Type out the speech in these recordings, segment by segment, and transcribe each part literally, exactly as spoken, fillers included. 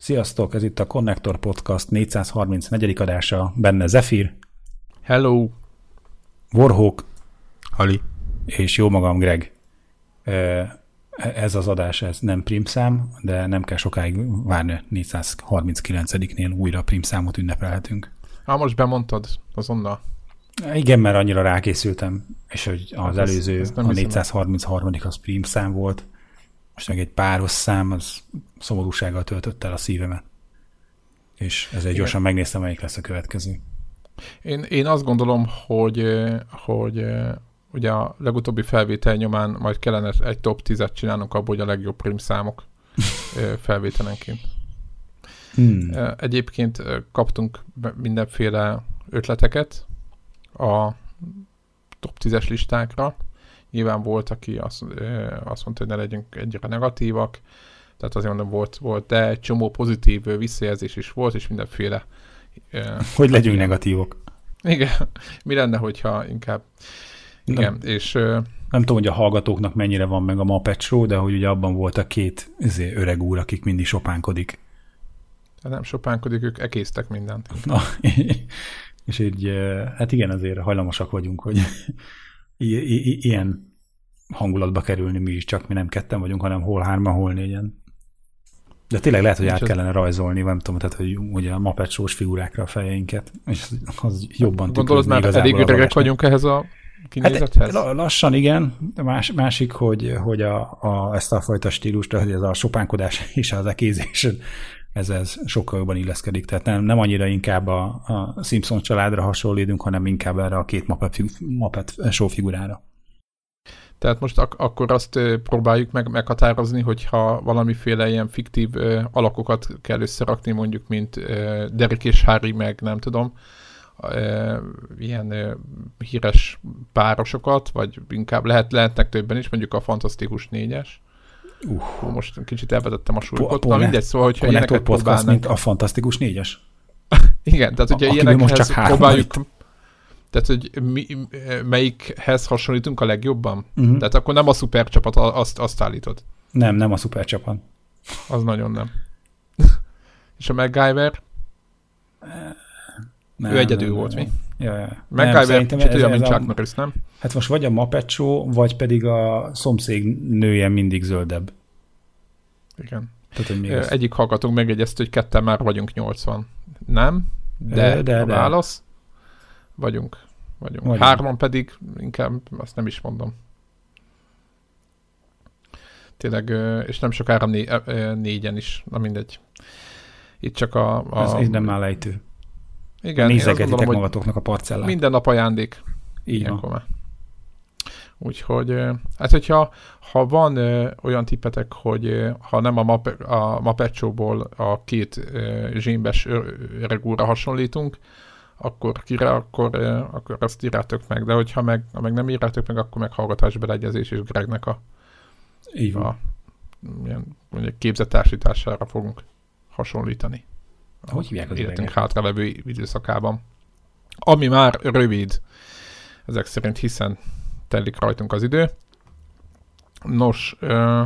Sziasztok, ez itt a Connector Podcast négyszázharmincnegyedik adása, benne Zephyr. Hello. Warhawk. Hali. És jó magam, Greg. Ez az adás, ez nem prímszám, de nem kell sokáig várni, négyszázharminckilencediknél újra prímszámot ünnepelhetünk. Ha most bemondtad azonnal. Igen, mert annyira rákészültem, és hogy az hát előző, ez, ez a négyszázharmincharmadik az prímszám volt, most meg egy páros szám, az szomorúsággal töltött el a szívemet. És ezért gyorsan megnéztem, melyik lesz a következő. Én, én azt gondolom, hogy, hogy ugye a legutóbbi felvétel nyomán majd kellene egy top tízet csinálnunk abból, hogy a legjobb prímszámok felvételenként. Hmm. Egyébként kaptunk mindenféle ötleteket a top tízes listákra. Nyilván volt, aki azt, azt mondta, hogy ne legyünk egyre negatívak, tehát azért mondom, volt, volt, de egy csomó pozitív visszajelzés is volt, és mindenféle... Hogy legyünk negatívok. Igen. Mi lenne, hogyha inkább... Igen, nem, és... Nem tudom, hogy a hallgatóknak mennyire van meg a Muppet Show, de hogy ugye abban volt a két ezért, öreg úr, akik mindig sopánkodik. Nem sopánkodik, ők ekésztek mindent. Na, és így, hát igen, azért hajlamosak vagyunk, hogy i- i- ilyen hangulatba kerülni mi is, csak mi nem ketten vagyunk, hanem hol hárman, hol négyen. De tényleg lehet, hogy át kellene rajzolni, nem tudom, tehát, hogy ugye a Muppet Show-s figurákra a fejeinket, és az jobban gondolod, már elég öregek vagyunk ehhez a kinézethez? Hát lassan igen, de más, másik, hogy, hogy a, a, ezt a fajta stílust, hogy ez a sopánkodás és az ekézés, ez, ez sokkal jobban illeszkedik. Tehát nem, nem annyira inkább a, a Simpson családra hasonlítunk, hanem inkább erre a két Muppet, Muppet Show figurára. Tehát most ak- akkor azt próbáljuk meg meghatározni, hogyha valamiféle ilyen fiktív uh, alakokat kell összerakni, mondjuk, mint uh, Derek és Harry, meg nem tudom, uh, ilyen uh, híres párosokat, vagy inkább lehet, lehetnek többen is, mondjuk a Fantasztikus négyes. Uh. Most kicsit elvetettem a súlykot. Na mindegy, szóval, hogyha ilyeneket próbálnánk... mint a Fantasztikus négyes? Igen, tehát hogyha ilyenekhez próbáljuk... Tehát, hogy mi, melyikhez hasonlítunk a legjobban? Uh-huh. Tehát akkor nem a szupercsapat, azt, azt állítod. Nem, nem a szupercsapat. Az nagyon nem. És a MacGyver? Nem, ő egyedül nem, volt, nem. Mi? Ja, ja. MacGyver kicsit olyan, mint Chuck Norris, nem? Hát most vagy a Muppet Show, vagy pedig a szomszéd nője mindig zöldebb. Igen. Tehát, hogy még egyik hallgatónk megjegyezte, hogy ketten már vagyunk nyolcvan. Nem? De, de, de a válasz? Vagyunk. Vagyunk. Vagyunk. Hárman pedig inkább azt nem is mondom. Tényleg, és nem sokára né, négyen is. Na mindegy. Itt csak a... a Ez így nem áll ejtő. Igen. Nézegetitek magatoknak a parcellát. Minden nap ajándék. Így van. Úgyhogy, hát hogyha ha van olyan tippetek, hogy ha nem a, Map, a Muppet Show-ból a két zsémbes öreg úrra hasonlítunk, akkor kire, akkor, akkor azt írjátok meg. De hogyha meg, ha meg nem írjátok meg, akkor meg hallgatás beleegyezés és Gregnek a, Így van. a ilyen, mondjuk képzettársítására fogunk hasonlítani. Hogy hívják az életünk hátralevő időszakában. Ami már rövid, ezek szerint, hiszen telik rajtunk az idő. Nos, uh,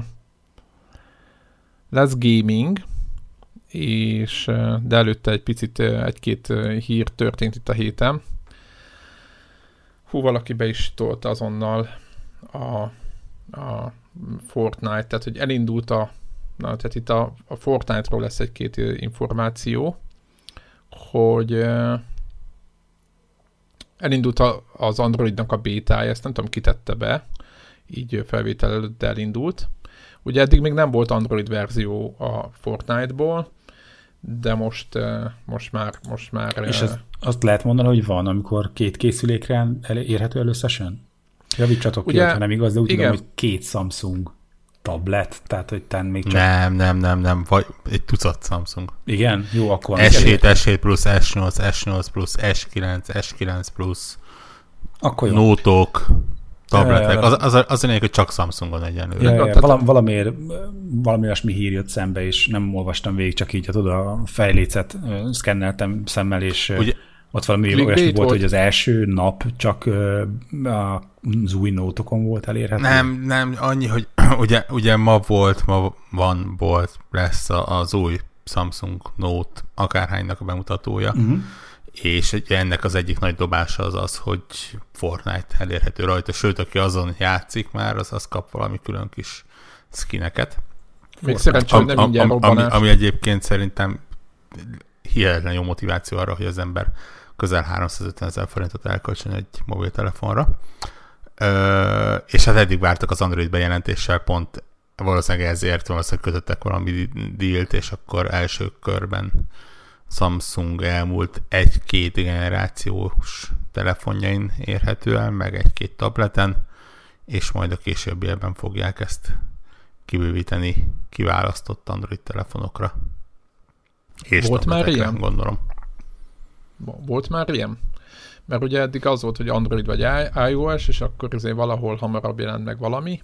lesz gaming, és de előtte egy picit egy-két hír történt itt a héten. Hú, valaki be is tolta azonnal a, a Fortnite, tehát hogy elindult a na, tehát itt a, a Fortnite-ról lesz egy-két információ, hogy elindult a, az Androidnak a bétája, ezt nem tudom, kitette be, így felvétel előtt elindult. Ugye eddig még nem volt Android verzió a Fortnite-ból, de most, most már... Most már és az, azt lehet mondani, hogy van, amikor két készülékre érhető el összesen? Javítsatok ki, ha nem igaz, de úgy igen. Tudom, hogy két Samsung tablet, tehát hogy ten még csak... Nem, nem, nem, nem, vagy egy tucat Samsung. Igen? Jó, akkor... es hét, es hét plusz, es nyolc, es nyolc plusz, es kilenc, es kilenc plusz, akkor jó. Nótok, tabletek, az, az, az, az a hogy csak Samsungon egyenlőre. Ja, ja, Val- valamiért valami olyasmi hír jött szembe, és nem olvastam végig, csak így, tudod, a fejlécet uh, szkenneltem szemmel, és uh, ott valami olyasmi volt, volt, hogy az első nap csak uh, az új nótokon volt elérhető. Nem, nem, annyi, hogy ugye, ugye ma volt, ma van, volt, lesz az új Samsung Note akárhánynak a bemutatója, uh-huh. és ennek az egyik nagy dobása az az, hogy Fortnite elérhető rajta, sőt, aki azon játszik már, az, az kap valami külön kis skineket. Még szerencsé, hogy nem mindjárt ami, ami egyébként szerintem hihetetlen jó motiváció arra, hogy az ember közel háromszázötven ezer forintot elkölcsön egy mobiltelefonra. Ö, és hát eddig vártak az Android bejelentéssel, pont valószínűleg ezért valószínűleg kötöttek valami dílt, és akkor első körben Samsung elmúlt egy-két generációs telefonjain érhető el, meg egy-két tableten, és majd a későbbiekben fogják ezt kibővíteni kiválasztott Android telefonokra. És volt már ilyen? Gondolom. Volt már ilyen? Mert ugye eddig az volt, hogy Android vagy iOS, és akkor azért valahol hamarabb jelent meg valami,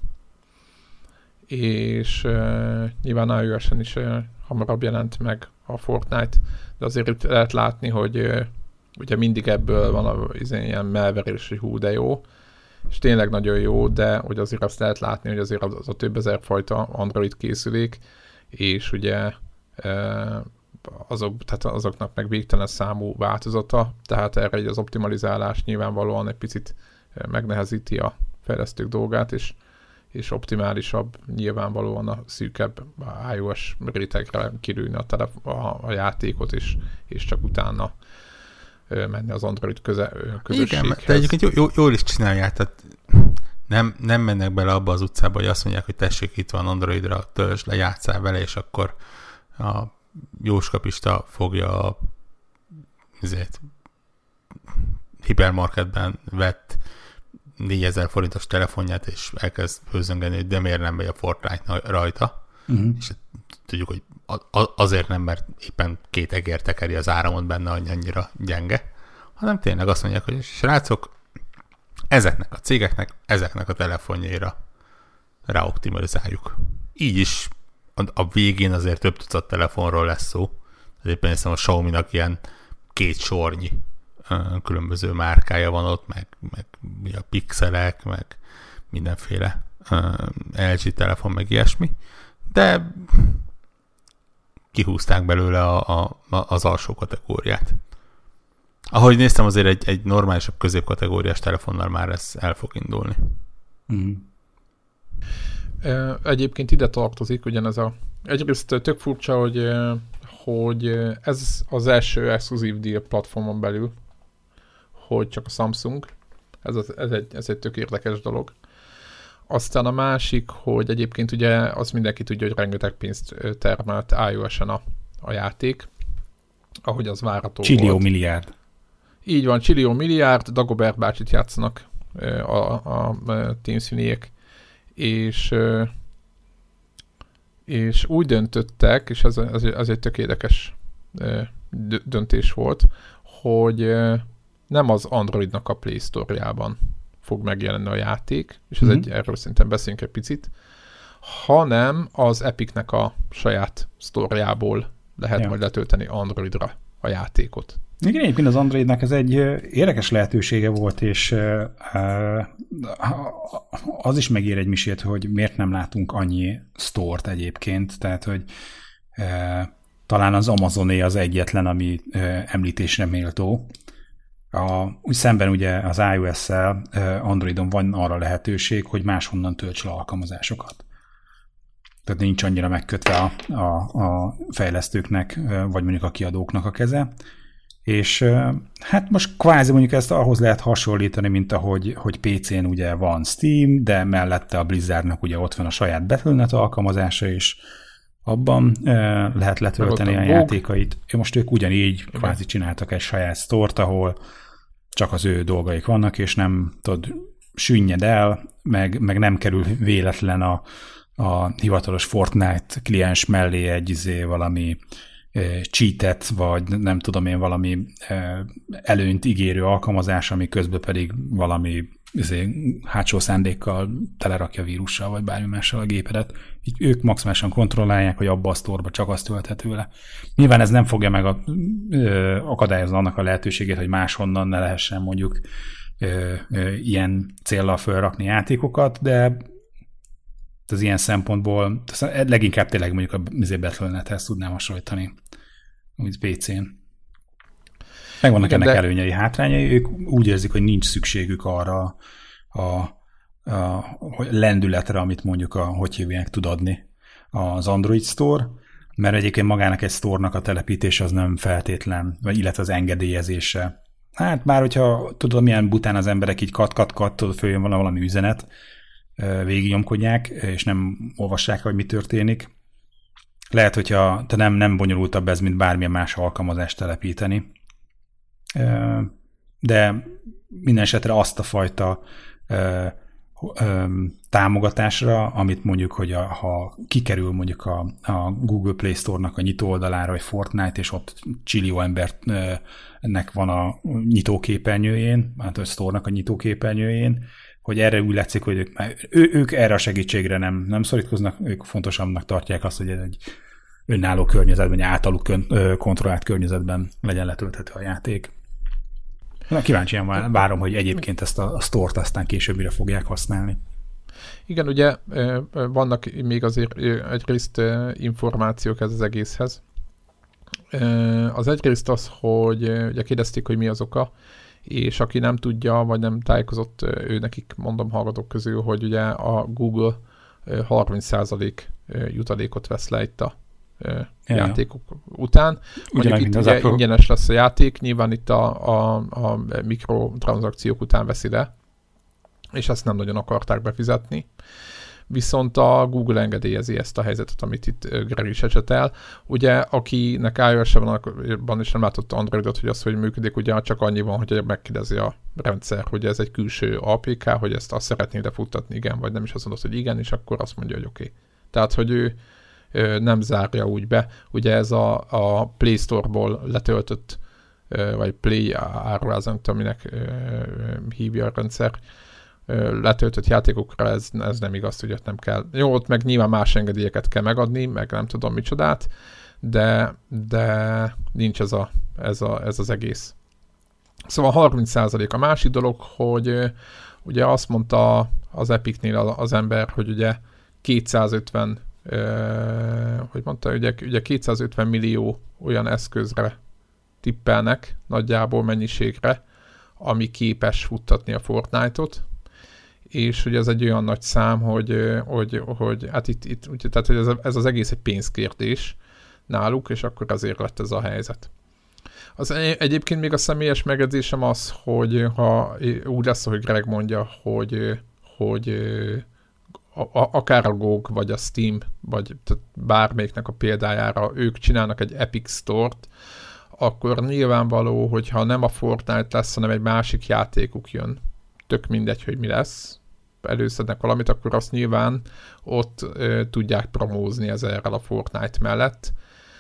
és uh, nyilván iOS-en is uh, hamarabb jelent meg a Fortnite, de azért itt lehet látni, hogy uh, ugye mindig ebből van a, izé, ilyen melverés, hogy hú, de jó, és tényleg nagyon jó, de hogy azért azt lehet látni, hogy azért az, az a több ezer fajta Android készülék, és ugye uh, azok, tehát azoknak meg végtelen számú változata, tehát erre egy az optimalizálás nyilvánvalóan egy picit megnehezíti a fejlesztők dolgát, és, és optimálisabb nyilvánvalóan a szűkebb iOS rétegre kirülni a, telef- a, a játékot, és, és csak utána menni az Android köze, közösséghez. Igen, de egyébként jó, jó, jól is csinálják, tehát nem, nem mennek bele abba az utcába, hogy azt mondják, hogy tessék, itt van Androidra, töltsd le, játsszál vele, és akkor a jóskapista fogja a ezért, hipermarketben vett négyezer forintos telefonját, és elkezd hőzöngeni, hogy de miért nem megy a Fortnite rajta. Uh-huh. És tudjuk, hogy azért nem, mert éppen két egér tekeri az áramot benne, annyira gyenge, hanem tényleg azt mondják, hogy srácok, ezeknek a cégeknek, ezeknek a telefonjaira ráoptimalizáljuk. Így is a végén azért több tucat telefonról lesz szó. Éppen hiszem a Xiaomi-nak ilyen két sornyi különböző márkája van ott, meg, meg a pixelek, meg mindenféle el gé telefon, meg ilyesmi. De kihúzták belőle a, a, az alsó kategóriát. Ahogy néztem, azért egy, egy normálisabb középkategóriás telefonnal már ez el fog indulni. Mm. Egyébként ide tartozik ugyanez a... Egyrészt tök furcsa, hogy, hogy ez az első exkluzív deal platformon belül, hogy csak a Samsung. Ez, az, ez, egy, ez egy tök érdekes dolog. Aztán a másik, hogy egyébként ugye azt mindenki tudja, hogy rengeteg pénzt termelt iOS-en a, a játék, ahogy az várható Csillió volt. milliárd. Így van, csillió milliárd, Dagobert bácsit játszanak a, a, a Teamswiniek, és, és úgy döntöttek, és ez, ez, ez egy tök érdekes döntés volt, hogy nem az Androidnak a Play Store-jában fog megjelenni a játék, és ez mm-hmm. egy, erről szerintem beszéljünk egy picit, hanem az Epicnek a saját sztorjából lehet ja. majd letölteni Androidra a játékot. Igen, egyébként az Androidnak ez egy érdekes lehetősége volt, és az is megér egy misét, hogy miért nem látunk annyi sztort egyébként, tehát, hogy talán az Amazoné az egyetlen, ami említésre méltó. A, úgy szemben ugye az iOS-szel Androidon van arra lehetőség, hogy máshonnan tölts le alkalmazásokat. Tehát nincs annyira megkötve a, a, a fejlesztőknek, vagy mondjuk a kiadóknak a keze. És hát most kvázi mondjuk ezt ahhoz lehet hasonlítani, mint ahogy hogy pé cén ugye van Steam, de mellette a Blizzardnak ugye ott van a saját Battle.net alkalmazása is, abban lehet letölteni a, a játékait. Most ők ugyanígy okay. kvázi csináltak egy saját sztort, ahol csak az ő dolgaik vannak, és nem tudod, sünnyed el, meg, meg nem kerül véletlen a, a hivatalos Fortnite kliens mellé egy izé valami cheatet, vagy nem tudom én, valami előnyt ígérő alkalmazás, ami közben pedig valami azért, hátsó szándékkal telerakja vírussal, vagy bármi mással a gépedet. Így ők maximálisan kontrollálják, hogy abba a sztorba csak azt tölthető le. Nyilván ez nem fogja meg a, ö, akadályozni annak a lehetőségét, hogy máshonnan ne lehessen mondjuk ö, ö, ilyen céllal felrakni játékokat, de az ilyen szempontból leginkább tényleg mondjuk a Battle dot net-hez tudnám hasonlítani, úgy pé cén. Megvannak igen, ennek de... előnyei, hátrányai, ők úgy érzik, hogy nincs szükségük arra a, a, a lendületre, amit mondjuk a, hogy hívják, tud adni az Android Store, mert egyébként magának egy store-nak a telepítése az nem feltétlen, vagy illetve az engedélyezése. Hát már, hogyha tudod, milyen bután az emberek így kat-kat-kat, tudod, följön valami üzenet, végignyomkodják, és nem olvassák, hogy mi történik. Lehet, hogyha te nem, nem bonyolultabb ez, mint bármilyen más alkalmazást telepíteni. De minden esetre azt a fajta támogatásra, amit mondjuk, hogy a, ha kikerül mondjuk a, a Google Play Store-nak a nyitó oldalára, vagy Fortnite, és ott csillió embernek van a nyitóképernyőjén, hát a Store-nak a nyitóképernyőjén, hogy erre úgy látszik, hogy ők, ő, ők erre a segítségre nem, nem szorítkoznak, ők fontosabbnak tartják azt, hogy ez egy önálló környezetben, egy általuk kontrollált környezetben legyen letölthető a játék. Na, kíváncsian várom, hogy egyébként ezt a, a store-t aztán későbbire fogják használni. Igen, ugye vannak még azért egyrészt információk ez az egészhez. Az egyrészt az, hogy ugye kérdezték, hogy mi az oka, és aki nem tudja, vagy nem tájékozott, ő nekik mondom hallgatók közül, hogy ugye a Google harminc százalék jutalékot vesz le itt a ja, játékok ja. után. Mondjuk itt ugye Apple... ingyenes lesz a játék, nyilván itt a, a, a mikrotranszakciók után veszi le, és ezt nem nagyon akarták befizetni. Viszont a Google engedélyezi ezt a helyzetet, amit itt Greg is ecsetel. Ugye, akinek iOS-ban is nem látott Androidot, hogy az, hogy működik, ugye csak annyi van, hogy megkérdezi a rendszer, hogy ez egy külső á pé ká, hogy ezt azt szeretnéd de futtatni, igen, vagy nem, is azt mondod, hogy igen, és akkor azt mondja, hogy oké. Okay. Tehát, hogy ő nem zárja úgy be. Ugye ez a, a Play Store-ból letöltött, vagy Play árulázat, aminek hívja a rendszer, letöltött játékokra, ez, ez nem igaz, hogy ott nem kell. Jó, ott meg nyilván más engedélyeket kell megadni, meg nem tudom micsodát, de, de nincs ez, a, ez, a, ez az egész. Szóval harminc százalék. A másik dolog, hogy ugye azt mondta az Epicnél az ember, hogy ugye kétszázötven Uh, hogy mondta, ugye, ugye kétszázötven millió olyan eszközre tippelnek, nagyjából mennyiségre, ami képes futtatni a Fortnite-ot, és hogy ez egy olyan nagy szám, hogy, hogy, hogy hát itt, itt úgy, tehát, hogy ez, ez az egész egy pénzkérdés náluk, és akkor azért lett ez a helyzet. Az egyébként még a személyes megjegyzésem az, hogy ha úgy lesz, hogy Greg mondja, hogy, hogy A, a, akár a gé o gé, vagy a Steam, vagy bármelyiknek a példájára ők csinálnak egy Epic Store-t, akkor nyilvánvaló, hogyha nem a Fortnite lesz, hanem egy másik játékuk jön, tök mindegy, hogy mi lesz, előszednek valamit, akkor azt nyilván ott ö, tudják promózni ezerrel a Fortnite mellett,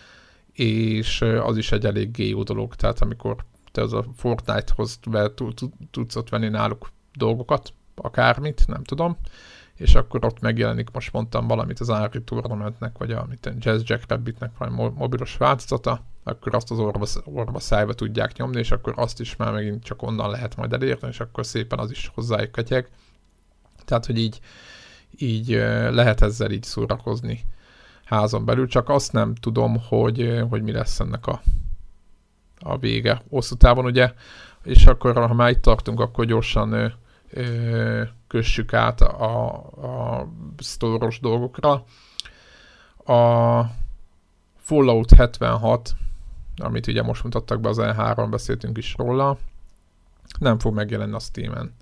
és ö, az is egy eléggé jó dolog, tehát amikor te az a Fortnite-hoz tudsz ott venni náluk dolgokat, akármit, nem tudom, és akkor ott megjelenik, most mondtam valamit az Unreal Tournamentnek, vagy a Jazz Jack Rabbitnek valami mobilos változata, akkor azt az orva, orva szájba tudják nyomni, és akkor azt is már megint csak onnan lehet majd elérni, és akkor szépen az is hozzájuk ketyeg. Tehát, hogy így, így lehet ezzel így szórakozni házon belül, csak azt nem tudom, hogy, hogy mi lesz ennek a, a vége. Hosszú távon ugye, és akkor, ha már itt tartunk, akkor gyorsan kössük át a, a sztoros dolgokra. A Fallout hetvenhat, amit ugye most mutattak be az E három, beszéltünk is róla, nem fog megjelenni a Steamen,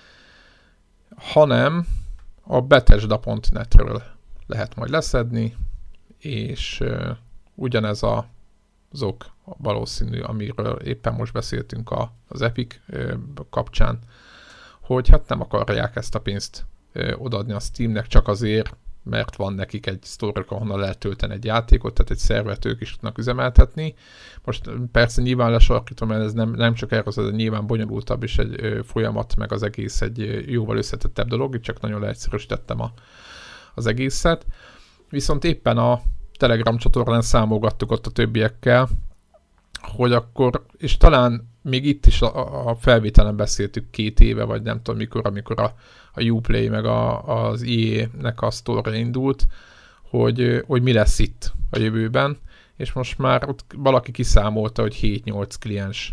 hanem a Bethesda pont netről lehet majd leszedni, és uh, ugyanez a azok valószínű, amiről éppen most beszéltünk a, az Epic uh, kapcsán, hogy hát nem akarják ezt a pénzt ö, odaadni a Steamnek csak azért, mert van nekik egy sztorok, ahonnan lehet tölteni egy játékot, tehát egy szervert ők is tudnak üzemeltetni. Most persze nyilván lesarkítom, mert ez nem, nem csak erről, ez nyilván bonyolultabb is egy ö, folyamat, meg az egész egy ö, jóval összetettebb dolog, itt csak nagyon leegyszerűsítettem a, az egészet. Viszont éppen a Telegram csatornán számolgattuk ott a többiekkel, hogy akkor, és talán még itt is a, a felvételen beszéltük két éve, vagy nem tudom mikor, amikor a, a Uplay meg a, az í á-nek a sztorja indult, hogy, hogy mi lesz itt a jövőben, és most már ott valaki kiszámolta, hogy hét-nyolc kliens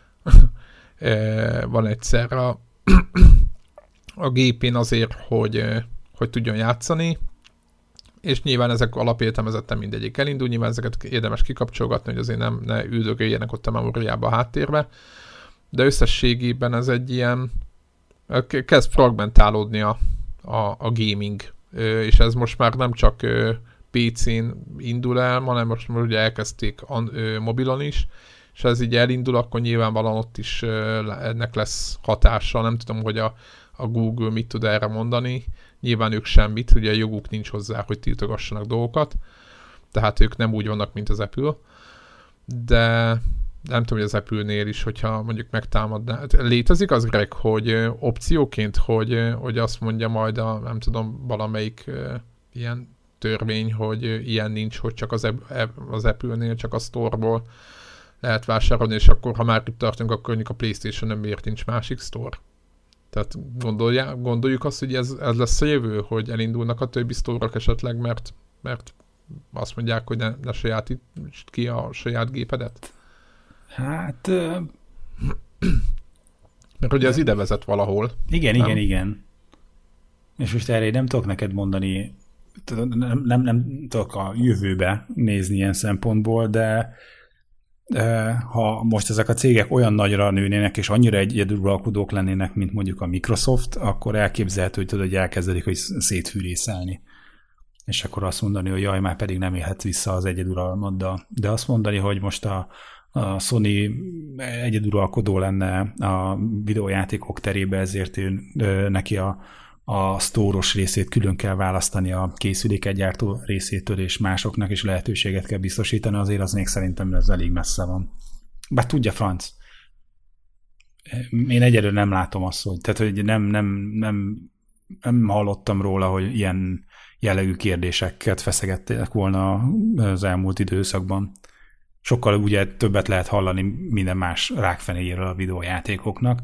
van egyszer a, a gépén azért, hogy, hogy tudjon játszani, és nyilván ezek alapértelmezetten mindegyik elindul, nyilván ezeket érdemes kikapcsolgatni, hogy azért nem ne üldögéljenek ott a memóriába a háttérbe, de összességében ez egy ilyen, kezd fragmentálódni a, a, a gaming, és ez most már nem csak pé cén indul el, hanem most már ugye elkezdték a, mobilon is, és ha ez így elindul, akkor nyilvánvalóan ott is ennek lesz hatása, nem tudom, hogy a, a Google mit tud erre mondani, nyilván ők semmit, ugye joguk nincs hozzá, hogy tiltogassanak dolgokat, tehát ők nem úgy vannak, mint az Apple, de nem tudom, hogy az Apple-nél is, hogyha mondjuk megtámadná. Létezik az, Greg, hogy opcióként, hogy, hogy azt mondja majd a, nem tudom, valamelyik uh, ilyen törvény, hogy ilyen nincs, hogy csak az, az Apple-nél, csak a store-ból lehet vásárolni, és akkor, ha már itt tartunk, akkor mondjuk a PlayStation-en miért nincs másik store? Tehát gondolja, gondoljuk azt, hogy ez, ez lesz a jövő, hogy elindulnak a többi sztorok esetleg, mert, mert azt mondják, hogy ne, ne sajátítsd ki a saját gépedet? Hát... Mert ugye ez ide vezet valahol. Igen, nem? igen, igen. És most erre nem tudok neked mondani, nem, nem, nem tudok a jövőbe nézni ilyen szempontból, de ha most ezek a cégek olyan nagyra nőnének, és annyira egyeduralkodók lennének, mint mondjuk a Microsoft, akkor elképzelhető, hogy tudod, hogy elkezdedik, hogy szétfűrészelni. És akkor azt mondani, hogy jaj, már pedig nem élhetsz vissza az egyeduralmaddal. De azt mondani, hogy most a, a Sony egyeduralkodó lenne a videójátékok terébe, ezért ő, neki a, a sztóros részét külön kell választani a készülékgyártó részétől, és másoknak is lehetőséget kell biztosítani, azért az még szerintem ez elég messze van. Bár tudja franc. Én egyelőre nem látom azt, hogy, tehát, hogy nem, nem, nem, nem hallottam róla, hogy ilyen jellegű kérdéseket feszegettek volna az elmúlt időszakban. Sokkal ugye többet lehet hallani minden más rákfenéjéről a videójátékoknak,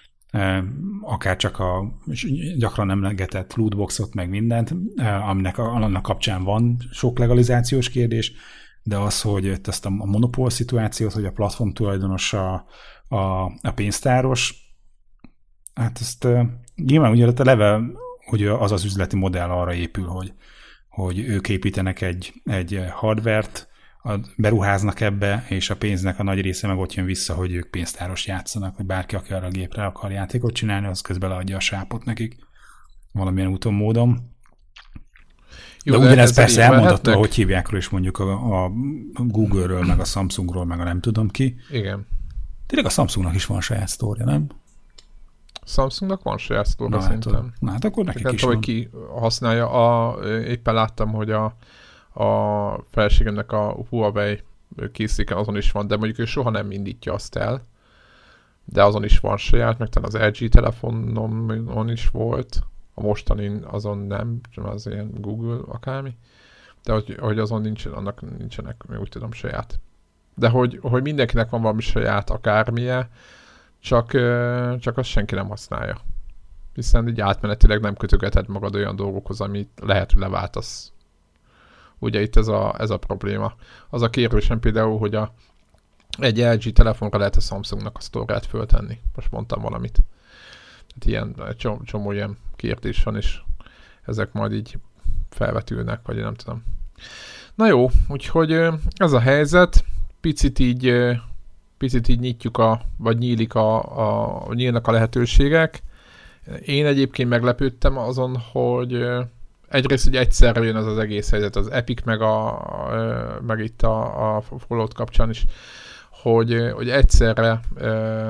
akár csak a gyakran emlegetett lootboxot, meg mindent, aminek annak kapcsán van sok legalizációs kérdés, de az, hogy ezt a monopól szituációt, hogy a platform tulajdonos a, a, a pénztáros, hát ezt nyilván ugye a leve, hogy az az üzleti modell arra épül, hogy, hogy ők építenek egy, egy hardvert, beruháznak ebbe, és a pénznek a nagy része meg ott jön vissza, hogy ők pénztáros játszanak, hogy bárki, aki arra a gépre akar játékot csinálni, az közben leadja a sápot nekik valamilyen úton, módon. Jó, de, de ugyanez persze elmondható, hogy hívják is mondjuk a, a Google-ről, meg a Samsungról, meg a nem tudom ki. Igen. Tényleg a Samsungnak is van saját sztória, nem? Samsungnak van saját sztória, szerintem. Na hát akkor nekik nem is tudom, van. Hogy ki használja. A, éppen láttam, hogy a a feleségemnek a Huawei készüléken azon is van, de mondjuk ő soha nem indítja azt el, de azon is van saját, meg talán az el gé telefonon is volt, a mostanin azon nem, az ilyen Google akármi, de hogy, hogy azon nincs, annak nincsenek, még úgy tudom, saját. De hogy, hogy mindenkinek van valami saját akármilyen, csak, csak azt senki nem használja. Hiszen így átmenetileg nem kötögeted magad olyan dolgokhoz, amit lehet, hogy leváltasz. Ugye itt ez a, ez a probléma. Az a kérdésem például, hogy a, egy el gé telefonra lehet a Samsungnak a sztorját föltenni. Most mondtam valamit. Tehát ilyen, egy csomó, csomó ilyen kérdés van, és ezek majd így felvetülnek, vagy nem tudom. Na jó, úgyhogy ez a helyzet. Picit így, picit így nyitjuk a, vagy nyílik a, a, nyílnak a lehetőségek. Én egyébként meglepődtem azon, hogy egyrészt, hogy egyszerre jön az az egész helyzet, az Epic, meg, a, a, meg itt a, a Fallout kapcsán is, hogy, hogy egyszerre e,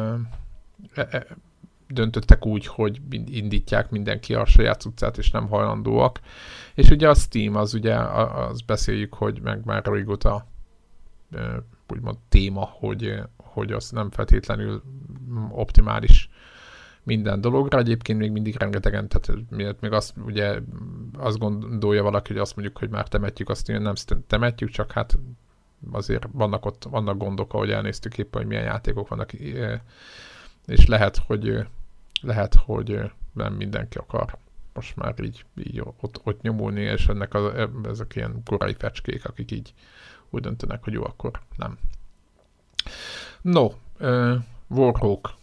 e, döntöttek úgy, hogy indítják mindenki a saját utcát, és nem hajlandóak. És ugye a Steam, az ugye, azt beszéljük, hogy meg már régóta e, úgymond téma, hogy, hogy az nem feltétlenül optimális minden dologra. Egyébként még mindig rengetegen, tehát miért még azt, ugye, azt gondolja valaki, hogy azt mondjuk, hogy már temetjük, azt nem temetjük, csak hát azért vannak ott vannak gondok, ahogy elnéztük éppen, hogy milyen játékok vannak, és lehet, hogy lehet, hogy nem mindenki akar most már így, így ott, ott nyomulni, és ennek a, ezek ilyen korai fecskék, akik így úgy döntenek, hogy jó, akkor nem. No, uh, Warhawk.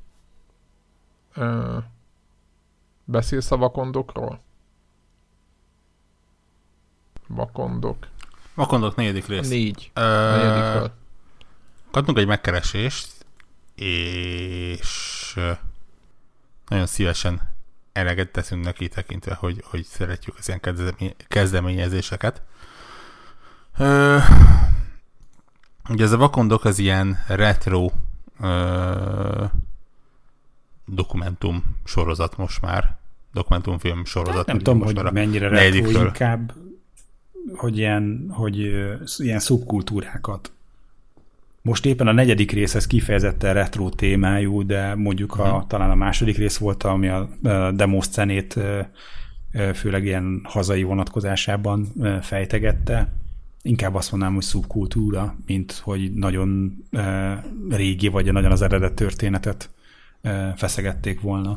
Uh, beszélsz a vakondokról? Vakondok. Vakondok negyedik rész. Négy. Uh, Negyedikről. Kaptunk egy megkeresést, és nagyon szívesen eleget teszünk neki tekintve, hogy, hogy szeretjük az ilyen kezdeményezéseket. Ö, ugye ez a vakondok az ilyen retro ö, dokumentum sorozat most már. Dokumentumfilm sorozat. Nem tudom, hogy mennyire retro, inkább, hogy ilyen, hogy ilyen szubkultúrákat. Most éppen a negyedik részhez kifejezetten retro témájú, de mondjuk a, hmm. talán a második rész volt, ami a, a demószcenét főleg ilyen hazai vonatkozásában fejtegette. Inkább azt mondanám, hogy szubkultúra, mint hogy nagyon régi, vagy nagyon az eredet történetet feszegették volna.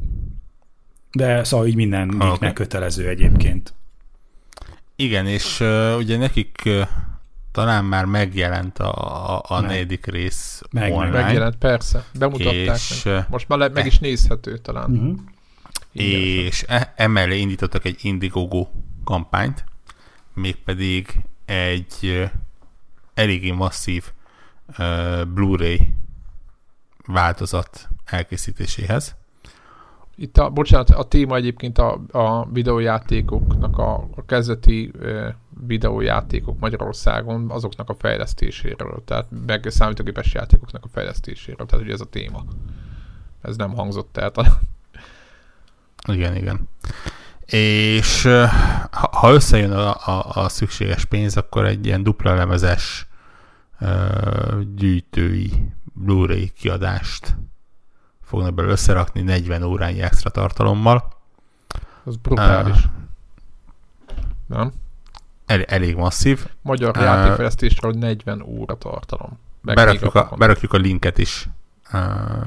De szóval így mindenkinek okay. kötelező egyébként. Igen, és uh, ugye nekik uh, talán már megjelent a, a, a meg. negyedik rész meg, online. Megjelent, persze. Bemutatták és, meg. Most már le, meg is nézhető talán. Uh-huh. És e, emellé indítottak egy Indiegogo kampányt, mégpedig egy uh, eléggé masszív uh, Blu-ray változat elkészítéséhez. Itt a, bocsánat, a téma egyébként a, a videójátékoknak, a, a kezdeti e, videójátékok Magyarországon, azoknak a fejlesztéséről, tehát meg számítógépes játékoknak a fejlesztéséről, tehát ugye ez a téma. Ez nem hangzott el talán. Igen, igen. És ha, ha összejön a, a, a szükséges pénz, akkor egy ilyen dupla lemezes uh, gyűjtői Blu-ray kiadást fognak belőle összerakni negyven órányi extra tartalommal. Az brutális. Uh, nem? El, elég masszív. Magyar uh, játékfejlesztésről negyven óra tartalom. Berakjuk a, berakjuk a linket is uh,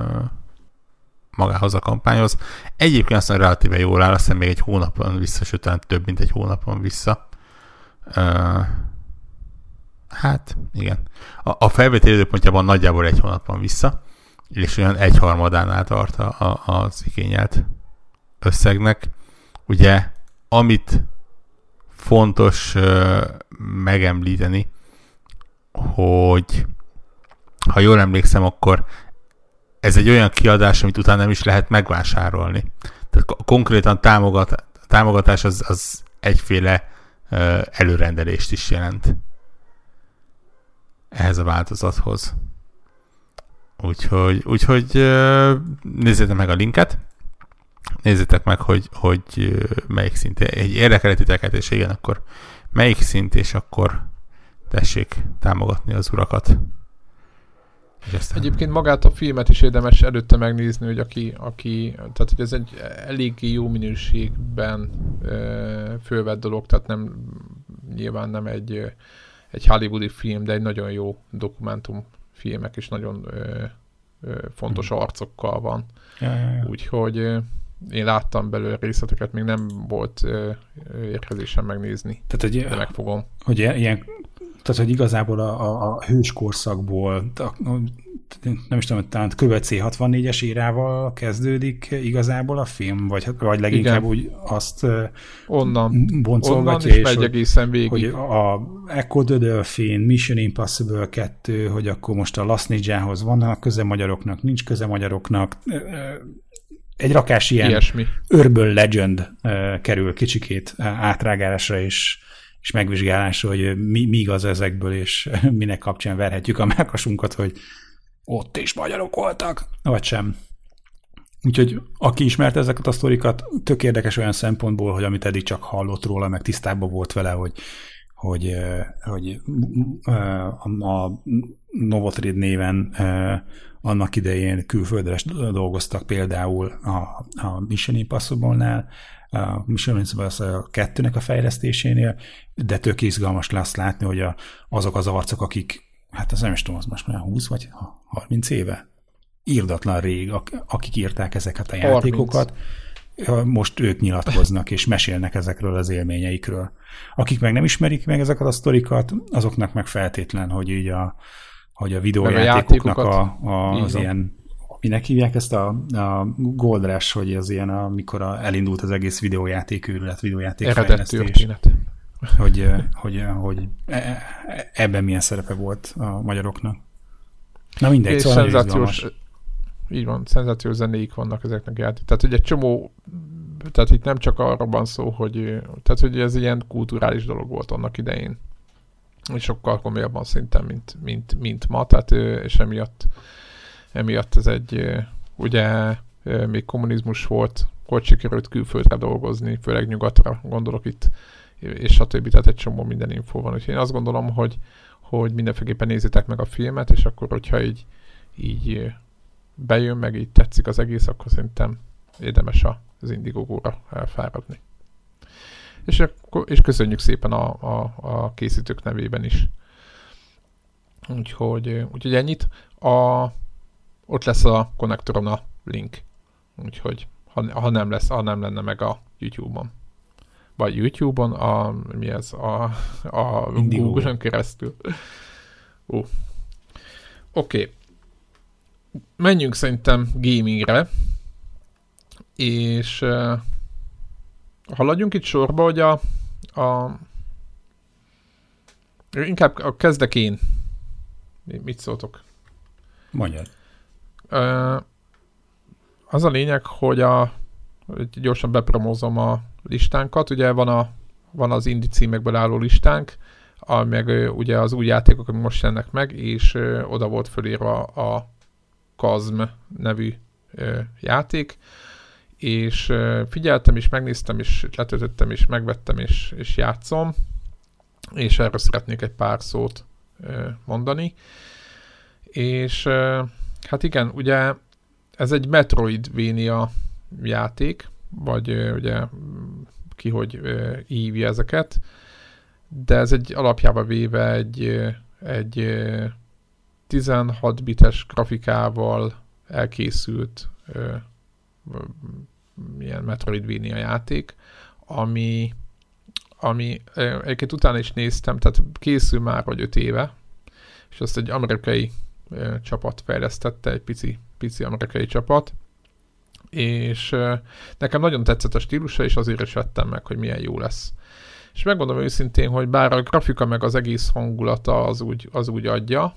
magához a kampányhoz. Egyébként aztán relatíve jól áll, aztán még egy hónapon vissza, sőt, talán több, mint egy hónapon vissza. Uh, hát, igen. A, a felvétel időpontjában nagyjából egy hónapon vissza, és olyan egyharmadánál tart a, a, az igényelt összegnek. Ugye, amit fontos uh, megemlíteni, hogy ha jól emlékszem, akkor ez egy olyan kiadás, amit utána nem is lehet megvásárolni. Tehát konkrétan támogat, a támogatás az, az egyféle uh, előrendelést is jelent ehhez a változathoz. Úgyhogy, úgyhogy nézzétek meg a linket, nézzétek meg, hogy, hogy melyik szint, egy érdekel titeket, és igen, akkor melyik szint, és akkor tessék támogatni az urakat. Aztán... Egyébként magát a filmet is érdemes előtte megnézni, hogy aki, aki tehát hogy ez egy eléggé jó minőségben fölvett dolog, tehát nem, nyilván nem egy, egy hollywoodi film, de egy nagyon jó dokumentum filmek is nagyon ö, ö, fontos hmm. arcokkal van. Ja, ja, ja. Úgyhogy ö, én láttam belőle részleteket, még nem volt ö, érkezésem megnézni. Tehát, hogy, de megfogom. Hogy ilyen, tehát, hogy igazából a, a, a hős korszakból, a, nem is tudom, talán kb. cé hatvannégyes érával kezdődik igazából a film, vagy, vagy leginkább igen. úgy azt onnan, boncolgatja, onnan is megy egészen végig. Hogy a Echo the Dolphin, Mission Impossible kettő, hogy akkor most a Last Ninjához vannak köze magyaroknak, nincs köze magyaroknak. Egy rakás ilyen ilyesmi. Urban Legend kerül kicsikét átrágálásra és, és megvizsgálásra, hogy mi, mi igaz ezekből, és minek kapcsán verhetjük a mellkasunkat, hogy ott is magyarok voltak, vagy sem. Úgyhogy aki ismerte ezeket a sztorikat, tök érdekes olyan szempontból, hogy amit eddig csak hallott róla, meg tisztában volt vele, hogy, hogy, hogy a Novotrade néven annak idején külföldre dolgoztak például a, a Mission Impossible-nál, a Mission Impossible kettőnek a fejlesztésénél, de tök izgalmas lesz látni, hogy a, azok az arcok, akik, hát az nem is tudom, az most már húsz vagy harminc éve, írdatlan rég, akik írták ezeket a játékokat, most ők nyilatkoznak és mesélnek ezekről az élményeikről. Akik meg nem ismerik meg ezeket a sztorikat, azoknak meg feltétlen, hogy így a, hogy a videójátékoknak a, a, az ilyen, minek hívják ezt a, a Gold Rush, hogy az ilyen, amikor a, elindult az egész videójáték őrület, videójáték fejlesztés. Hogy, hogy, hogy ebben milyen szerepe volt a magyaroknak. Na mindegy, és szóval szenzációs, így van, szenzációs zenéik vannak ezeknek játék. Tehát, hogy egy csomó, tehát itt nem csak arra van szó, hogy, tehát, hogy ez ilyen kulturális dolog volt annak idején. És sokkal komolyabban szinten, mint, mint, mint ma, tehát, és emiatt, emiatt ez egy, ugye, még kommunizmus volt, hogy sikerült külföldre dolgozni, főleg nyugatra, gondolok itt, és stb. Tehát egy csomó minden infó van. Úgyhogy én azt gondolom, hogy, hogy mindenféleképpen nézzétek meg a filmet, és akkor, hogyha így, így bejön, meg így tetszik az egész, akkor szerintem érdemes az Indiegogo-ra elfáradni. És, és köszönjük szépen a, a, a készítők nevében is. Úgyhogy, úgyhogy ennyit. A, ott lesz a konnektoron a link. Úgyhogy ha, ha, nem lesz, ha nem lenne meg a YouTube-on. Vagy YouTube-on, a, mi ez? A, a Google-on keresztül. Ó. Oké. Okay. Menjünk szerintem gamingre. És uh, haladjunk itt sorba, hogy a, a inkább a kezdek én. Mit szóltok? Mondjad. Uh, az a lényeg, hogy a gyorsan bepromózom a listánkat. Ugye van, a, van az indie címekből álló listánk, meg uh, ugye az új játékok, amik most jönnek meg, és uh, oda volt fölírva a Kazm nevű uh, játék, és uh, figyeltem, és megnéztem, és letöltöttem, és megvettem, és, és játszom, és erről szeretnék egy pár szót uh, mondani. És uh, hát igen, ugye ez egy Metroidvania játék, vagy uh, ugye ki hogy uh, hívja ezeket, de ez egy alapjába véve egy, uh, egy uh, tizenhat bites grafikával elkészült uh, milyen Metroidvania játék, ami, ami egyébként utána is néztem, tehát készül már vagy öt éve, és azt egy amerikai uh, csapat fejlesztette, egy pici, pici amerikai csapat, és uh, nekem nagyon tetszett a stílusa, és azért is vettem meg, hogy milyen jó lesz. És megmondom őszintén, hogy bár a grafika meg az egész hangulata az úgy, az úgy adja,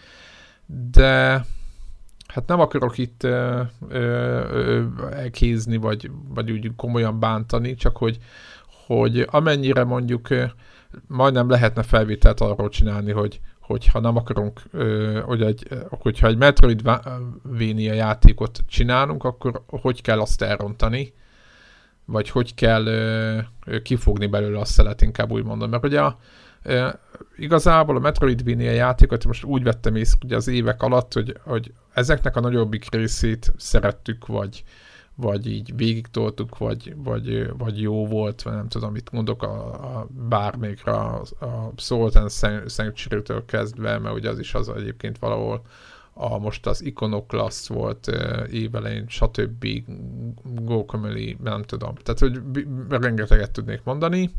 de hát nem akarok itt ö, ö, ö, elkézni, vagy, vagy úgy komolyan bántani, csak hogy, hogy amennyire mondjuk ö, majdnem lehetne felvételt arról csinálni, hogy hogyha nem akarunk, ö, hogy egy, hogyha egy Metroidvania játékot csinálunk, akkor hogy kell azt elrontani, vagy hogy kell ö, kifogni belőle a szelet, inkább úgy mondom. Mert ugye a, ö, igazából a Metroidvania játékot most úgy vettem észre ugye az évek alatt, hogy, hogy ezeknek a nagyobbik részét szerettük, vagy, vagy így végigtoltuk, vagy, vagy, vagy jó volt, vagy nem tudom, mit mondok, a, a bármelyikre a, a Salt and Sanctuary-től kezdve, mert ugye az is az egyébként valahol a, most az Iconoclast volt uh, évelején, stb. Guacamelee, nem tudom. Tehát, hogy rengeteget tudnék mondani.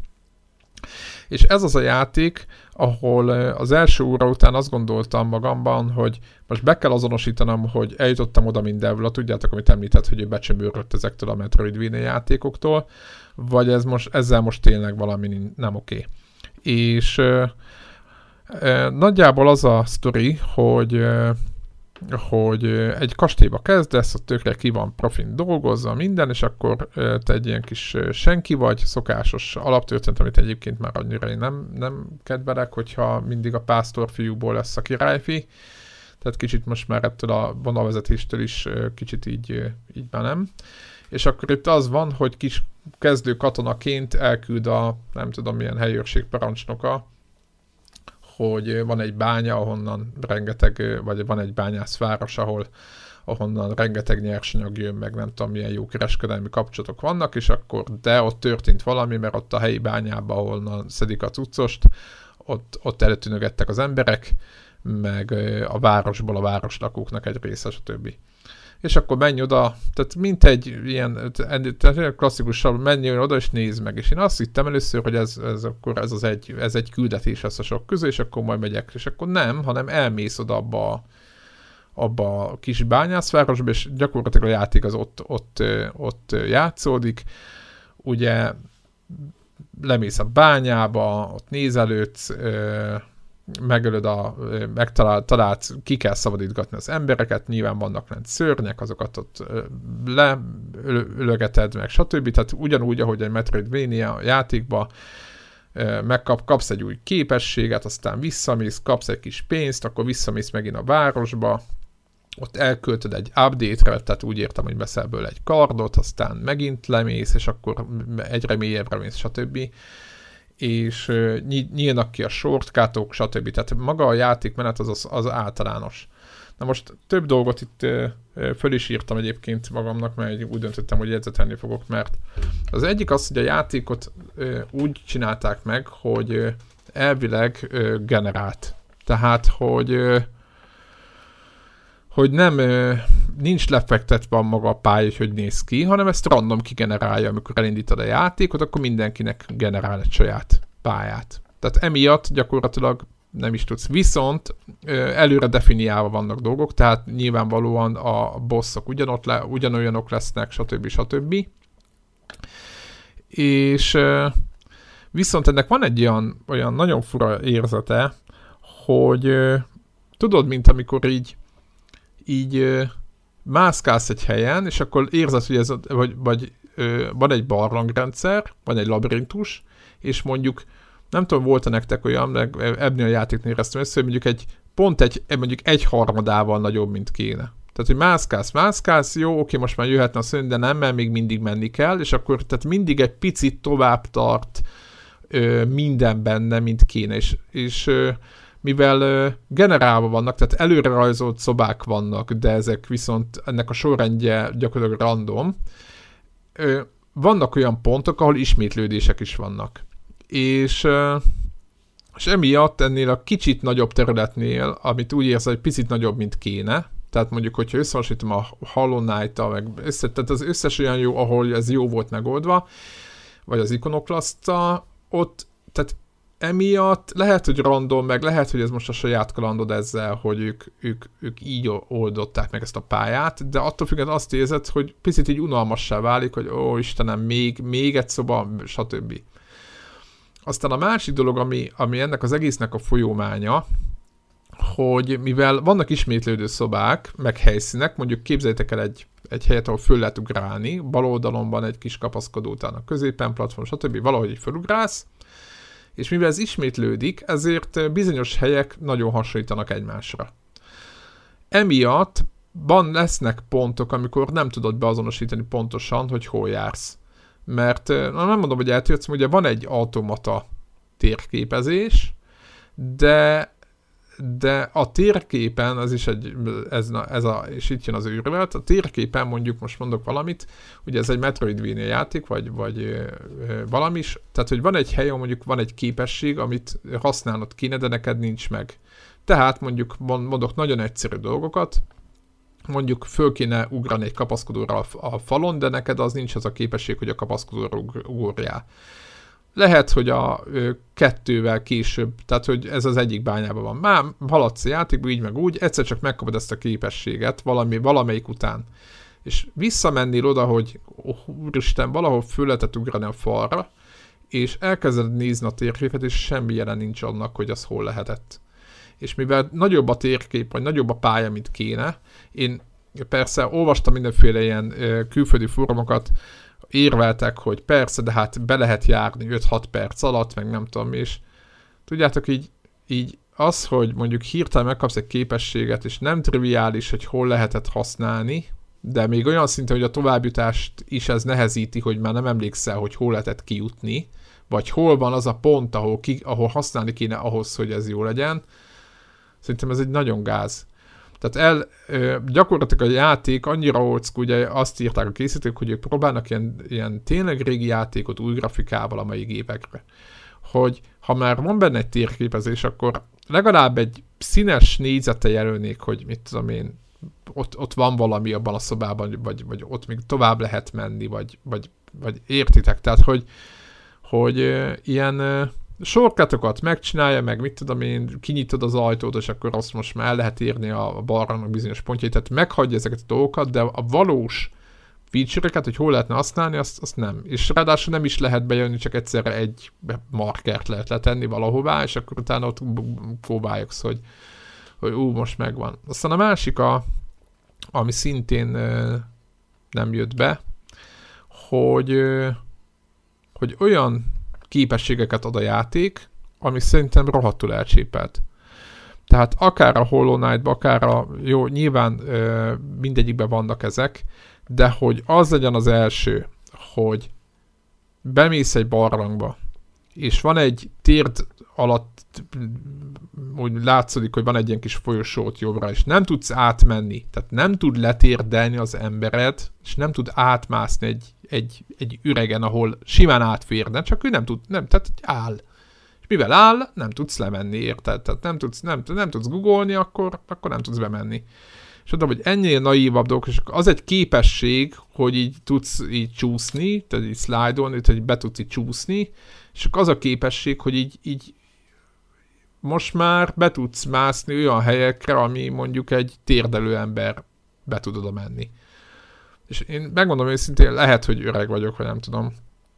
És ez az a játék, ahol az első óra után azt gondoltam magamban, hogy most be kell azonosítanom, hogy eljutottam oda mindenből, tudjátok, amit említett, hogy ő becsömörött ezektől a Metroidvania játékoktól, vagy ez most, ezzel most tényleg valami nem oké. És e, e, nagyjából az a sztori, hogy e, hogy egy kastélyba kezdesz, ott tökre ki van profin dolgozza minden, és akkor te egy ilyen kis senki vagy, szokásos alaptörténet, amit egyébként már annyira én nem, nem kedvelek, hogyha mindig a pásztorfiúból lesz a királyfi. Tehát kicsit most már ettől a vonalvezetéstől is kicsit így, így már nem. És akkor itt az van, hogy kis kezdő katonaként elküld a nem tudom milyen helyőrség parancsnoka, hogy van egy bánya, ahonnan rengeteg, vagy van egy bányászváros, ahol ahonnan rengeteg nyersanyag jön, meg nem tudom, milyen jó kereskedelmi kapcsolatok vannak, és akkor de ott történt valami, mert ott a helyi bányában, ahonnan szedik a cuccost, ott, ott eltűnögettek az emberek, meg a városból a városlakóknak egy része, stb. És akkor menj oda, tehát mint egy ilyen, tehát klasszikusan menj oda és nézd meg. És én azt hittem először, hogy ez, ez, akkor ez, az egy, ez egy küldetés lesz a sok közül, és akkor majd megyek. És akkor nem, hanem elmész oda abba a, abba a kis bányászvárosba, és gyakorlatilag a játék az ott, ott, ott játszódik. Ugye lemész a bányába, ott nézelődsz, megölöd a, megtalálsz, ki kell szabadítgatni az embereket, nyilván vannak lent szörnyek, azokat ott leölögeted, meg stb. Tehát ugyanúgy, ahogy egy Metroidvania játékban megkap, kapsz egy új képességet, aztán visszamész, kapsz egy kis pénzt, akkor visszamész megint a városba, ott elköltöd egy update-re, tehát úgy értem, hogy veszel belőle egy kardot, aztán megint lemész, és akkor egyre mélyebbre mész, stb. És uh, nyílnak ki a shortcutok, stb. Tehát maga a játékmenet az, az, az általános. Na most több dolgot itt uh, föl is írtam egyébként magamnak, mert úgy döntöttem, hogy jegyzetelni fogok, mert az egyik az, hogy a játékot uh, úgy csinálták meg, hogy uh, elvileg uh, generált. Tehát, hogy uh, hogy nem, nincs lefektetve maga a pálya, hogy hogy néz ki, hanem ezt random kigenerálja, amikor elindítod a játékot, akkor mindenkinek generál egy saját pályát. Tehát emiatt gyakorlatilag nem is tudsz. Viszont előre definiálva vannak dolgok, tehát nyilvánvalóan a bosszok ugyanott le, ugyanolyanok lesznek, stb. stb. És viszont ennek van egy olyan, olyan nagyon fura érzete, hogy tudod, mint amikor így így ö, mászkálsz egy helyen, és akkor érzed, hogy ez, vagy, vagy ö, van egy barlangrendszer, van egy labirintus, és mondjuk, nem tudom, volt-e nektek olyan, ebben a játéknél éreztem össze, hogy mondjuk egy, pont egy, mondjuk egy harmadával nagyobb, mint kéne. Tehát, hogy mászkálsz, mászkálsz, jó, oké, most már jöhetne a szörny, de nem, mert még mindig menni kell, és akkor tehát mindig egy picit tovább tart ö, minden benne, mint kéne, és, és ö, mivel ö, generálva vannak, tehát előre rajzolt szobák vannak, de ezek viszont ennek a sorrendje gyakorlatilag random, ö, vannak olyan pontok, ahol ismétlődések is vannak. És, ö, és emiatt ennél a kicsit nagyobb területnél, amit úgy érzel, hogy picit nagyobb, mint kéne, tehát mondjuk, hogyha összehasonlítom a Hollow Knight-tal, meg össze, tehát az összes olyan jó, ahol ez jó volt megoldva, vagy az Iconoclast-tal, ott, tehát emiatt lehet, hogy random, meg lehet, hogy ez most a saját kalandod ezzel, hogy ők, ők, ők így oldották meg ezt a pályát, de attól függően azt érzed, hogy picit így unalmassá válik, hogy ó, Istenem, még, még egy szoba, stb. Aztán a másik dolog, ami, ami ennek az egésznek a folyamánya, hogy mivel vannak ismétlődő szobák, meg helyszínek, mondjuk képzeljétek el egy, egy helyet, ahol föl lehet ugrálni, bal oldalon van egy kis kapaszkodó, után a középen platform, stb. Valahogy fölugrálsz, és mivel ez ismétlődik, ezért bizonyos helyek nagyon hasonlítanak egymásra. Emiatt van, lesznek pontok, amikor nem tudod beazonosítani pontosan, hogy hol jársz. Mert nem mondom, hogy eltérsz, ugye van egy automata térképezés, de de a térképen, az is egy, ez, ez a, és itt jön az őrület, a térképen mondjuk, most mondok valamit, ugye ez egy Metroidvania játék, vagy, vagy ö, ö, valami is, tehát, hogy van egy hely, ahol mondjuk van egy képesség, amit használnod kéne, de neked nincs meg. Tehát mondjuk mondok nagyon egyszerű dolgokat, mondjuk föl kéne ugrani egy kapaszkodóra a, a falon, de neked az nincs az a képesség, hogy a kapaszkodóra ugorjál. Lehet, hogy a ö, kettővel később, tehát hogy ez az egyik bányában van. Már haladsz a játékba, így meg úgy, egyszer csak megkapod ezt a képességet valami, valamelyik után. És visszamennél oda, hogy oh, úristen, valahol föl lehetett ugrani a falra, és elkezded nézni a térképet, és semmi jelen nincs annak, hogy az hol lehetett. És mivel nagyobb a térkép, vagy nagyobb a pálya, mint kéne, én persze olvastam mindenféle ilyen ö, külföldi fórumokat, érveltek, hogy persze, de hát be lehet járni öt-hat perc alatt, meg nem tudom, és tudjátok, így, így az, hogy mondjuk hirtelen megkapsz egy képességet, és nem triviális, hogy hol lehetett használni, de még olyan szinten, hogy a továbbjutást is ez nehezíti, hogy már nem emlékszel, hogy hol lehetett kijutni, vagy hol van az a pont, ahol, ki, ahol használni kéne ahhoz, hogy ez jó legyen. Szerintem ez egy nagyon gáz. Tehát el, gyakorlatilag a játék annyira old school, ugye azt írták a készítők, hogy ők próbálnak ilyen, ilyen tényleg régi játékot új grafikával a mai gépekre. Hogy ha már van benne egy térképezés, akkor legalább egy színes négyzettel jelölnék, hogy mit tudom én, ott, ott van valami abban a szobában, vagy, vagy ott még tovább lehet menni, vagy, vagy, vagy értitek. Tehát, hogy, hogy uh, ilyen uh, shortcutokat megcsinálja, meg mit tudom én, kinyitod az ajtót, és akkor azt most már el lehet érni a balrának bizonyos pontjait, tehát meghagyja ezeket a dolgokat, de a valós feature-eket, hogy hol lehetne használni, azt, azt nem. És ráadásul nem is lehet bejönni, csak egyszerre egy markert lehet letenni valahová, és akkor utána ott próbáljuk, hogy, hogy ú, most megvan. Aztán a másik, a, ami szintén ö, nem jött be, hogy, ö, hogy olyan képességeket ad a játék, ami szerintem rohadtul elcsépelt. Tehát akár a Hollow Knight-ba, akár a, jó, nyilván ö, mindegyikben vannak ezek, de hogy az legyen az első, hogy bemész egy barlangba, és van egy térd alatt, úgy látszódik, hogy van egy ilyen kis folyosót jobbra, és nem tudsz átmenni, tehát nem tud letérdelni az embered, és nem tud átmászni egy, egy, egy üregen, ahol simán átférne, csak ő nem tud, nem, tehát áll. És mivel áll, nem tudsz lemenni, érted? Tehát nem tudsz, nem, nem tudsz googolni, akkor, akkor nem tudsz bemenni. És tudom, hogy ennél naívabb dolgok, és az egy képesség, hogy így tudsz így csúszni, tehát így slide-olni, tehát így be tudsz így csúszni, és az a képesség, hogy így, így most már be tudsz mászni olyan helyekre, ami mondjuk egy térdelő ember be tud oda menni. És én megmondom őszintén, lehet, hogy öreg vagyok, vagy nem tudom,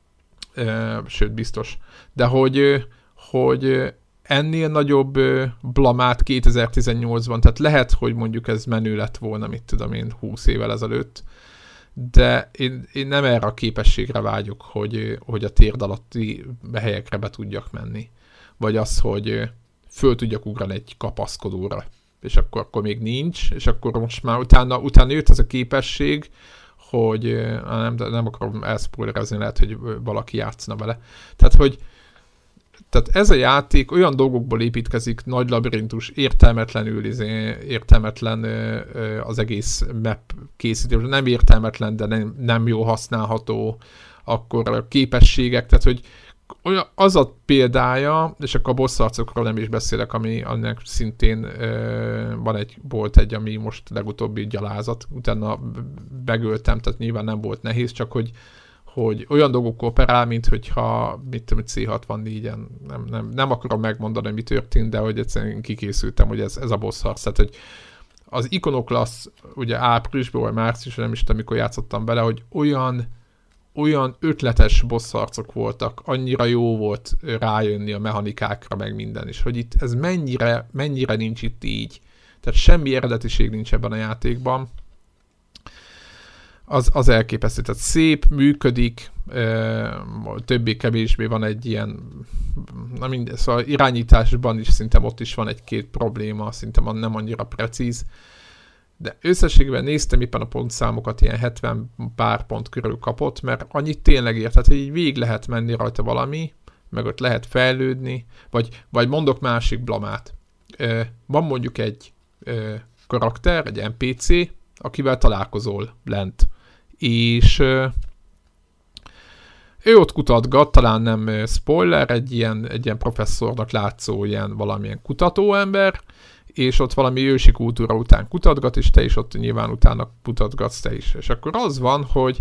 sőt, biztos, de hogy, hogy ennél nagyobb blamát kétezer-tizennyolcban, tehát lehet, hogy mondjuk ez menő lett volna, mit tudom én, húsz évvel ezelőtt, de én, én nem erre a képességre vágyok, hogy, hogy a térd alatti helyekre be tudjak menni. Vagy az, hogy föl tudjak ugrani egy kapaszkodóra, és akkor, akkor még nincs, és akkor most már utána, utána jött az a képesség, hogy nem, nem akarom elszpoilerezni, lehet, hogy valaki játszna vele. Tehát, hogy Tehát ez a játék olyan dolgokból építkezik, nagy labirintus, értelmetlenül, értelmetlen az egész map készítés, nem értelmetlen, de nem, nem jól használható, akkor a képességek, tehát hogy az a példája, és akkor a bosszarcokról nem is beszélek, ami annak szintén van egy, volt egy, ami most legutóbbi gyalázat, utána begöltem, tehát nyilván nem volt nehéz, csak hogy hogy olyan dolgok operál, mint hogyha mit tudom, cé hatvannégyen, nem, nem, nem akarom megmondani, mi történt, de hogy egyszerűen kikészültem, hogy ez, ez a boss harc. Tehát, hogy az Iconoclast, ugye áprilisban, vagy márciusban, nem is tudom, amikor játszottam bele, hogy olyan, olyan ötletes boss harcok voltak, annyira jó volt rájönni a mechanikákra, meg minden, és hogy itt ez mennyire, mennyire nincs itt így. Tehát semmi eredetiség nincs ebben a játékban. Az, az elképesztő. Tehát szép, működik, többé-kevésbé van egy ilyen, na minden, szóval irányításban is szerintem ott is van egy-két probléma, szerintem nem annyira precíz, de összességben néztem éppen a pontszámokat, ilyen hetven pár pont körül kapott, mert annyit tényleg ért, tehát így végig lehet menni rajta valami, meg ott lehet fejlődni, vagy, vagy mondok másik blamát. Van mondjuk egy karakter, egy en pé cé, akivel találkozol lent. És ő ott kutatgat, talán nem spoiler, egy ilyen, egy ilyen professzornak látszó ilyen valamilyen kutatóember, és ott valami ősi kultúra után kutatgat, és te is ott nyilván utána kutatgatsz te is. És akkor az van, hogy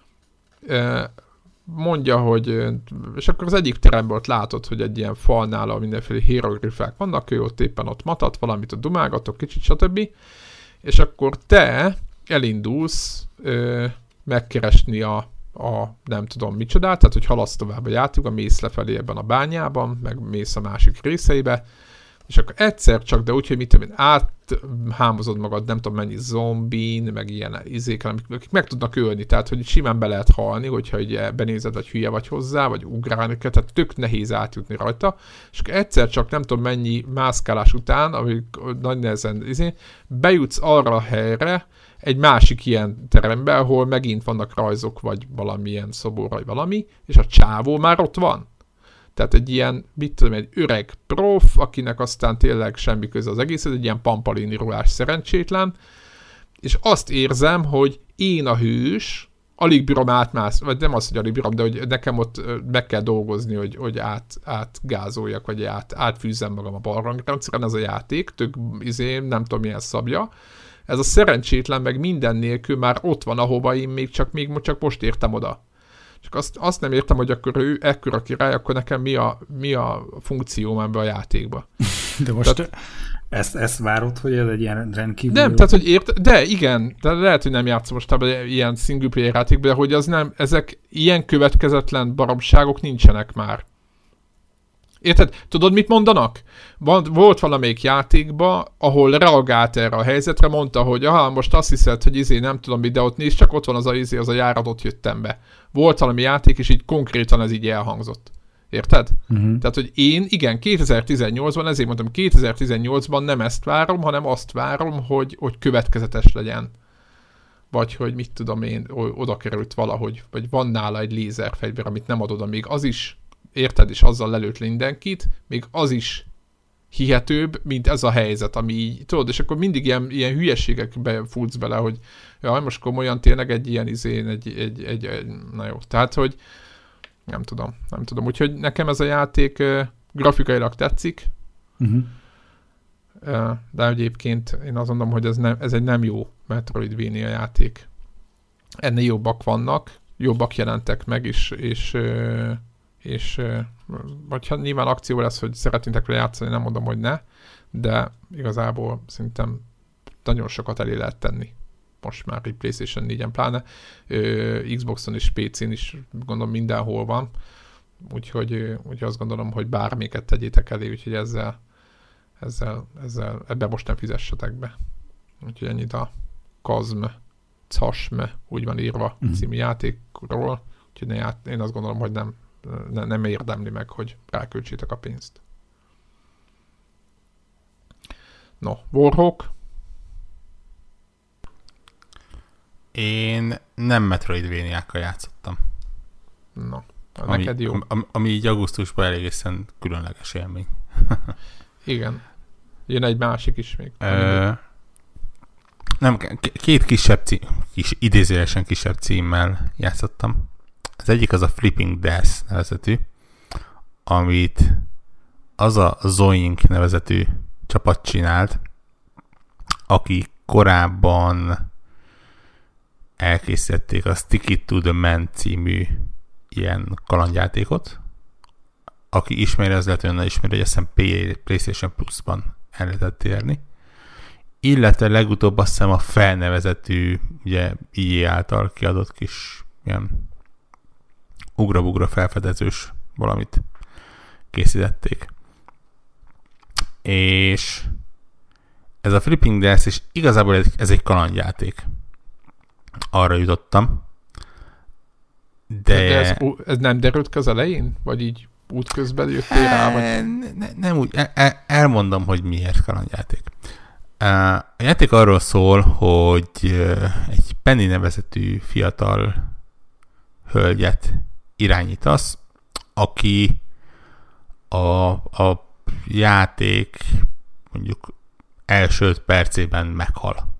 mondja, hogy és akkor az egyik teremben ott látod, hogy egy ilyen falnál a mindenféle hieroglifák vannak, ő ott éppen ott matat, valamit ott dumálgatok, kicsit, stb. És akkor te elindulsz ö, megkeresni a, a nem tudom micsodát, tehát hogy haladsz tovább a játékban, mész lefelé ebben a bányában, meg mész a másik részeibe, és akkor egyszer csak, de úgy, hogy mit tudom, áthámozod magad, nem tudom mennyi zombin, meg ilyen izéken, akik meg tudnak ölni, tehát hogy simán be lehet halni, hogyha így benézed, vagy hülye vagy hozzá, vagy ugrálni kell, tehát tök nehéz átjutni rajta, és akkor egyszer csak nem tudom mennyi mászkálás után, amíg nagy nehezen izé, bejutsz arra a helyre, egy másik ilyen terembe, ahol megint vannak rajzok, vagy valamilyen szobor, vagy valami, és a csávó már ott van. Tehát egy ilyen, mit tudom, egy öreg prof, akinek aztán tényleg semmi köze az egész, egy ilyen Pampalini rólás szerencsétlen, és azt érzem, hogy én a hős, alig bírom átmászni, vagy nem azt, hogy alig bírom, de hogy nekem ott meg kell dolgozni, hogy, hogy át, átgázoljak, vagy át, átfűzzem magam a balrangrendszeren, ez a játék, tök izé, nem tudom milyen szabja. Ez a szerencsétlen meg minden nélkül már ott van, ahova én még csak, még csak most értem oda. Csak azt, azt nem értem, hogy akkor ő ekkora király, akkor nekem mi a, mi a funkcióm ebbe a játékba. De most tehát, ezt, ezt várod, hogy ez egy ilyen rendkívül... Nem, tehát, hogy ért, de igen, de lehet, hogy nem játszom most ebben ilyen single player játékban, de hogy az nem, ezek ilyen következetlen baromságok nincsenek már. Érted? Tudod, mit mondanak? Van, volt valamelyik játékban, ahol reagált erre a helyzetre, mondta, hogy aha, most azt hiszed, hogy izé nem tudom mit, de ott nézd, csak ott van az a izé, az a járat, ott jöttem be. Volt valami játék, és így konkrétan ez így elhangzott. Érted? Uh-huh. Tehát, hogy én, igen, kétezer-tizennyolcban, ezért mondtam, kétezer-tizennyolcban nem ezt várom, hanem azt várom, hogy, hogy következetes legyen. Vagy, hogy mit tudom én, oda került valahogy, vagy van nála egy lézerfegyver, amit nem ad oda, még az is, érted, és azzal lelőtt mindenkit, még az is hihetőbb, mint ez a helyzet, ami így, tudod, és akkor mindig ilyen, ilyen hülyeségekbe futsz bele, hogy jaj, most komolyan tényleg egy ilyen izén, egy, egy, egy, egy, na jó, tehát, hogy nem tudom, nem tudom, úgyhogy nekem ez a játék uh, grafikailag tetszik, uh-huh. uh, de egyébként én azt mondom, hogy ez, nem, ez egy nem jó Metroidvania játék. Ennél jobbak vannak, jobbak jelentek meg, és, és uh, és vagy ha nyilván akció lesz, hogy szeretnétek vele játszani, nem mondom, hogy ne, de igazából szerintem nagyon sokat elé lehet tenni. Most már egy PlayStation négyen pláne, Xboxon és pé cén is gondolom mindenhol van, úgyhogy, úgyhogy azt gondolom, hogy bármiket tegyétek elé, úgyhogy ezzel, ezzel, ezzel ebbe most nem fizessetek be. Úgyhogy ennyit a Kazm, Casm, úgy van írva mm. című játékról, úgyhogy ját, én azt gondolom, hogy nem Ne, nem érdemli meg, hogy ráköltsétek a pénzt. No, Warhawk? Én nem Metroidvania-kkal játszottam. No, ami, neked jó. Ami, ami így augusztusban elégészen különleges élmény. Igen. Jön egy másik is még. Ö, nem, két kisebb cím, kis, idézőjelesen kisebb címmel játszottam. Az egyik az a Flipping Death nevezetű, amit az a Zoink nevezetű csapat csinált, aki korábban elkészítették a Stick It to the Man című ilyen kalandjátékot. Aki ismeri, az lehet, hogy onnan ismeri, hogy azt hiszem PlayStation Plus-ban el lehetett érni. Illetve legutóbb azt hiszem a felnevezetű, ugye i á által kiadott kis ilyen ugra-bugra felfedezős valamit készítették. És ez a Flipping Death, és igazából ez, ez egy kalandjáték. Arra jutottam. De... de ez, ez nem derült ki az elején? Vagy így útközben jöttél rá? Vagy... Ne, nem úgy. El, elmondom, hogy miért kalandjáték. A játék arról szól, hogy egy Penny nevezetű fiatal hölgyet irányítasz, aki a, a játék mondjuk első öt percében meghal.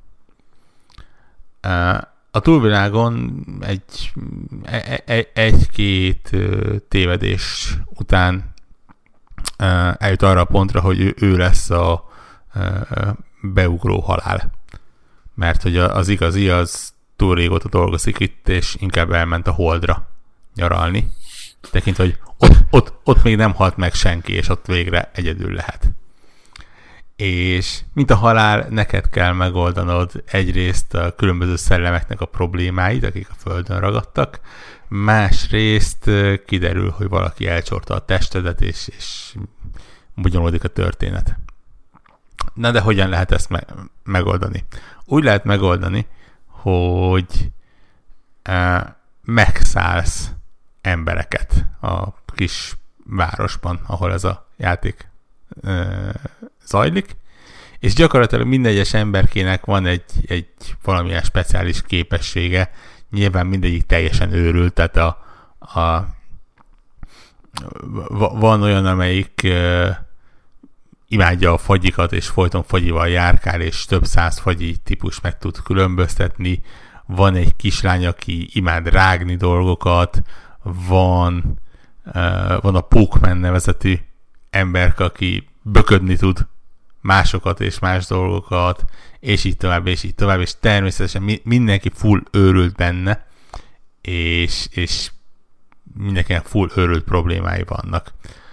A túlvilágon egy, egy-két tévedés után eljut arra a pontra, hogy ő, ő lesz a beugró halál. Mert hogy az igazi, az túl régóta dolgozik itt, és inkább elment a Holdra nyaralni. Tekintve, hogy ott, ott, ott még nem halt meg senki, és ott végre egyedül lehet. És mint a halál, neked kell megoldanod egyrészt a különböző szellemeknek a problémáit, akik a Földön ragadtak, másrészt kiderül, hogy valaki elcsorta a testedet, és, és bonyolódik a történet. Na de hogyan lehet ezt me- megoldani? Úgy lehet megoldani, hogy uh, megszállsz embereket a kis városban, ahol ez a játék uh, zajlik, és gyakorlatilag minden egyes emberkének van egy, egy valamilyen speciális képessége, nyilván mindegyik teljesen őrült, tehát a, a van olyan, amelyik uh, imádja a fagyikat, és folyton fagyival járkál, és több száz fagyi típus meg tud különböztetni. Van egy kislány, aki imád rágni dolgokat, van, uh, van a Pókman nevezetű emberke, aki böködni tud másokat és más dolgokat, és így tovább, és így tovább, és természetesen mi, mindenki full őrült benne, és, és mindenkinek full őrült problémái vannak.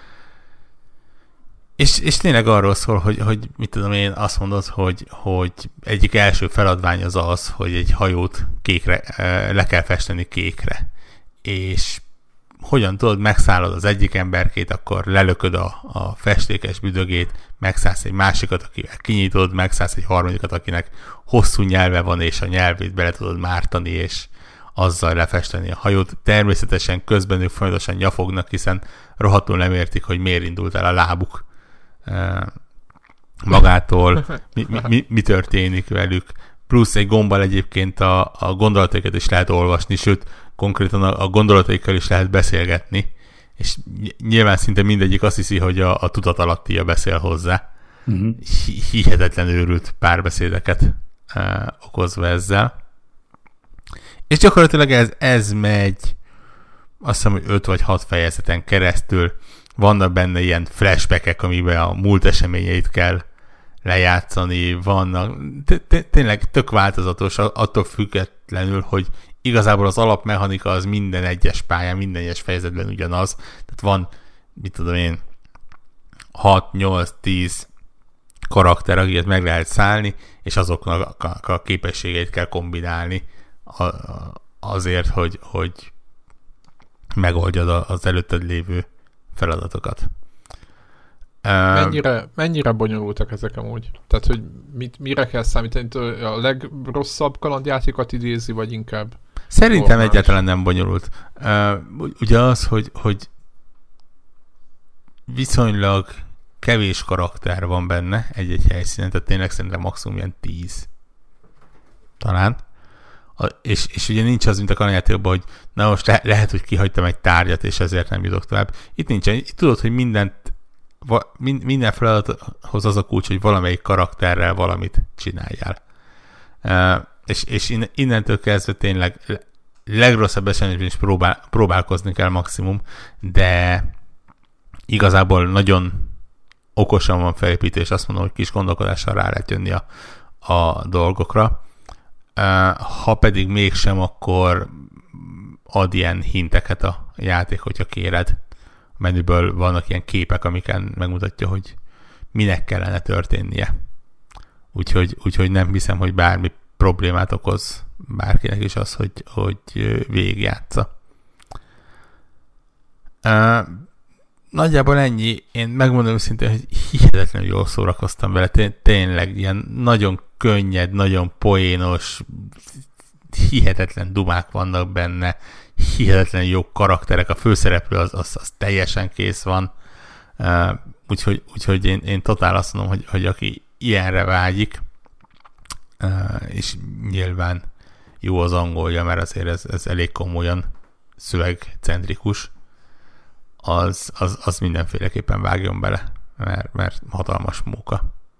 És, és tényleg arról szól, hogy, hogy mit tudom én, azt mondod, hogy, hogy egyik első feladvány az az, hogy egy hajót kékre, le kell festeni kékre. És hogyan tudod, megszállod az egyik emberkét, akkor lelököd a, a festékes büdögét, megszállsz egy másikat, akivel kinyitod, megszállsz egy harmadikat, akinek hosszú nyelve van, és a nyelvét bele tudod mártani, és azzal lefesteni a hajót. Természetesen közben ők folyamatosan nyafognak, hiszen rohadtul nem értik, hogy miért indult el a lábuk magától, mi, mi, mi történik velük. Plusz egy gombbal egyébként a, a gondolataikat is lehet olvasni, sőt, konkrétan a, a gondolataikkal is lehet beszélgetni, és nyilván szinte mindegyik azt hiszi, hogy a, a tudatalattia beszél hozzá. Uh-huh. Hihetetlen őrült párbeszédeket uh, okozva ezzel. És gyakorlatilag ez, ez megy, azt hiszem, hogy öt vagy hat fejezeten keresztül. Vannak benne ilyen flashbackek, amiben a múlt eseményeit kell lejátszani, vannak, tényleg tök változatos, attól függetlenül, hogy igazából az alapmechanika az minden egyes pályán, minden egyes fejezetben ugyanaz. Tehát van, mit tudom én, hat, nyolc, tíz karakter, akiket meg lehet szállni, és azoknak a képességeit kell kombinálni azért, hogy, hogy megoldjad az előtted lévő feladatokat. Mennyire, mennyire bonyolultak ezek amúgy? Tehát, hogy mit, mire kell számítani? A legrosszabb kalandjátékokat idézi, vagy inkább? Szerintem normális? Egyáltalán nem bonyolult. Uh, ugye az, hogy, hogy viszonylag kevés karakter van benne egy-egy helyszínen, tehát tényleg szerintem maximum ilyen tíz. Talán. A, és, és ugye nincs az, mint a kalandjátékban, hogy na most le, lehet, hogy kihagytam egy tárgyat, és ezért nem jutok tovább. Itt nincsen. Itt tudod, hogy mindent Va, minden feladathoz az a kulcs, hogy valamelyik karakterrel valamit csináljál. Uh, és, és innentől kezdve tényleg legrosszabb esetben is próbál, próbálkozni kell maximum, de igazából nagyon okosan van felépítve, és azt mondom, hogy kis gondolkodással rá lehet jönni a, a dolgokra. Uh, ha pedig mégsem, akkor ad ilyen hinteket a játék, hogyha kéred. A menüből vannak ilyen képek, amiken megmutatja, hogy minek kellene történnie. Úgyhogy, úgyhogy nem hiszem, hogy bármi problémát okoz bárkinek is az, hogy, hogy végigjátsza. Uh, nagyjából ennyi. Én megmondom őszintén, hogy hihetetlenül jól szórakoztam vele. Té- tényleg ilyen nagyon könnyed, nagyon poénos, hihetetlen dumák vannak benne, hihetetlen jó karakterek, a főszereplő az, az, az teljesen kész van. Uh, úgyhogy, úgyhogy én, én totál azt mondom, hogy, hogy aki ilyenre vágyik, uh, és nyilván jó az angolja, mert azért ez, ez elég komolyan szövegcentrikus, az, az, az mindenféleképpen vágjon bele, mert, mert hatalmas móka.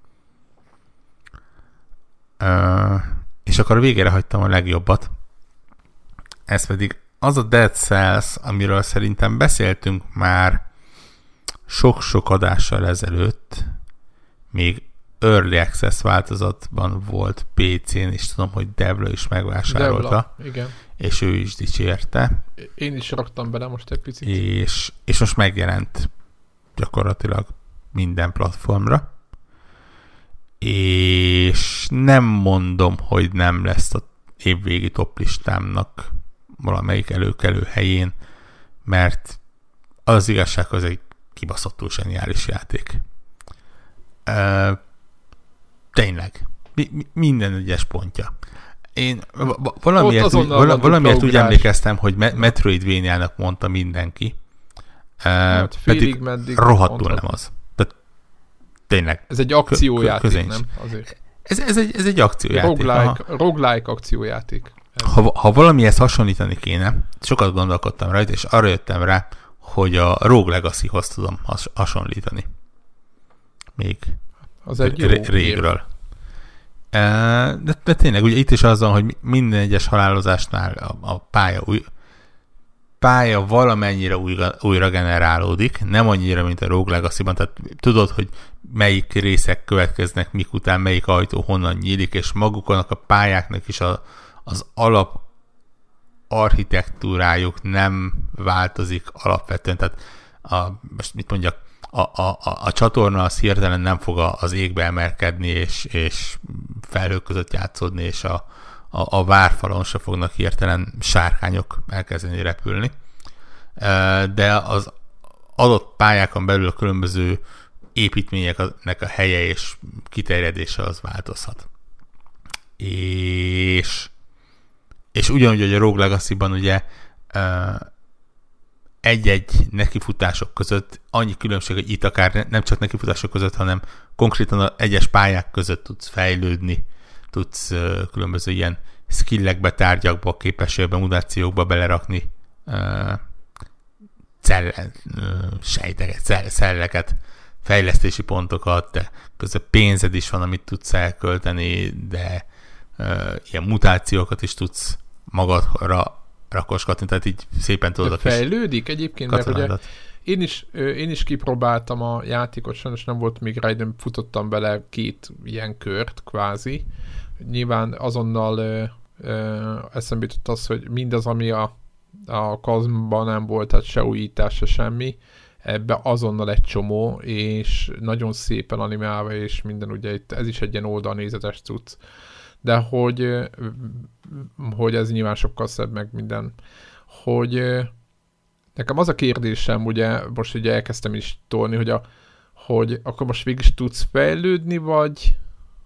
Uh, és akkor a végére hagytam a legjobbat. Ez pedig az a Dead Cells, amiről szerintem beszéltünk már sok-sok adással ezelőtt, még Early Access változatban volt pé cén, és tudom, hogy Devla is megvásárolta. Devla, igen. És ő is dicsérte. Én is raktam bele most egy picit. És, és most megjelent gyakorlatilag minden platformra. És nem mondom, hogy nem lesz az évvégi toplistámnak valamelyik előkelő helyén, mert az igazság, az egy kibaszottul zseniális játék. Uh, tényleg. Mi, mi, minden egyes pontja. Én valamiért, val- valamiért úgy emlékeztem, hogy Me- Metroidvania-nak mondta mindenki. Uh, hát pedig rohadtul nem az. Tehát tényleg. Ez egy akciójáték, nem? Azért. Ez, ez, egy, ez egy akciójáték. Roguelike, roguelike akciójáték. Ha, ha valamihez hasonlítani kéne, sokat gondolkodtam rajta, és arra jöttem rá, hogy a Rogue Legacy-hoz tudom has- hasonlítani. Még az egy jó ré- régről. De, de tényleg, ugye itt is az van, hogy minden egyes halálozásnál a, a pálya új, pálya valamennyire újra, újra generálódik, nem annyira, mint a Rogue Legacy-ban, tehát tudod, hogy melyik részek következnek, mik után, melyik ajtó honnan nyílik, és maguknak a pályáknak is a, az alap architektúrájuk nem változik alapvetően, tehát a, most mit mondjak, a, a, a, a csatorna az hirtelen nem fog az égbe emelkedni, és, és felhők között játszódni, és a, a, a várfalon se fognak hirtelen sárkányok elkezdeni repülni. De az adott pályákon belül a különböző építményeknek a helye és kiterjedése az változhat. És, és ugyanúgy, hogy a Rogue Legacy-ban ugye egy-egy nekifutások között annyi különbség, hogy itt akár nem csak nekifutások között, hanem konkrétan az egyes pályák között tudsz fejlődni, tudsz uh, különböző ilyen skillekbe, tárgyakba, képességbe, mutációkba belerakni uh, celle, uh, sejteket, cell, szelleket, fejlesztési pontokat, de közben pénzed is van, amit tudsz elkölteni, de uh, ilyen mutációkat is tudsz magadra rakoskatni, tehát így szépen tudod a fejlődik egyébként, mert ugye én is, én is kipróbáltam a játékot, sajnos nem volt még rá, de futottam bele két ilyen kört, kvázi. Nyilván azonnal ö, ö, eszembe jutott az, hogy mindaz, ami a, a Kazmban nem volt, tehát se újítás, se semmi, ebbe azonnal egy csomó, és nagyon szépen animálva, és minden, ugye itt ez is egy ilyen oldalnézetes cucc. De hogy, hogy ez nyilván sokkal szebb meg minden. Hogy nekem az a kérdésem, ugye most ugye elkezdtem is tolni, hogy, a, hogy akkor most végig is tudsz fejlődni, vagy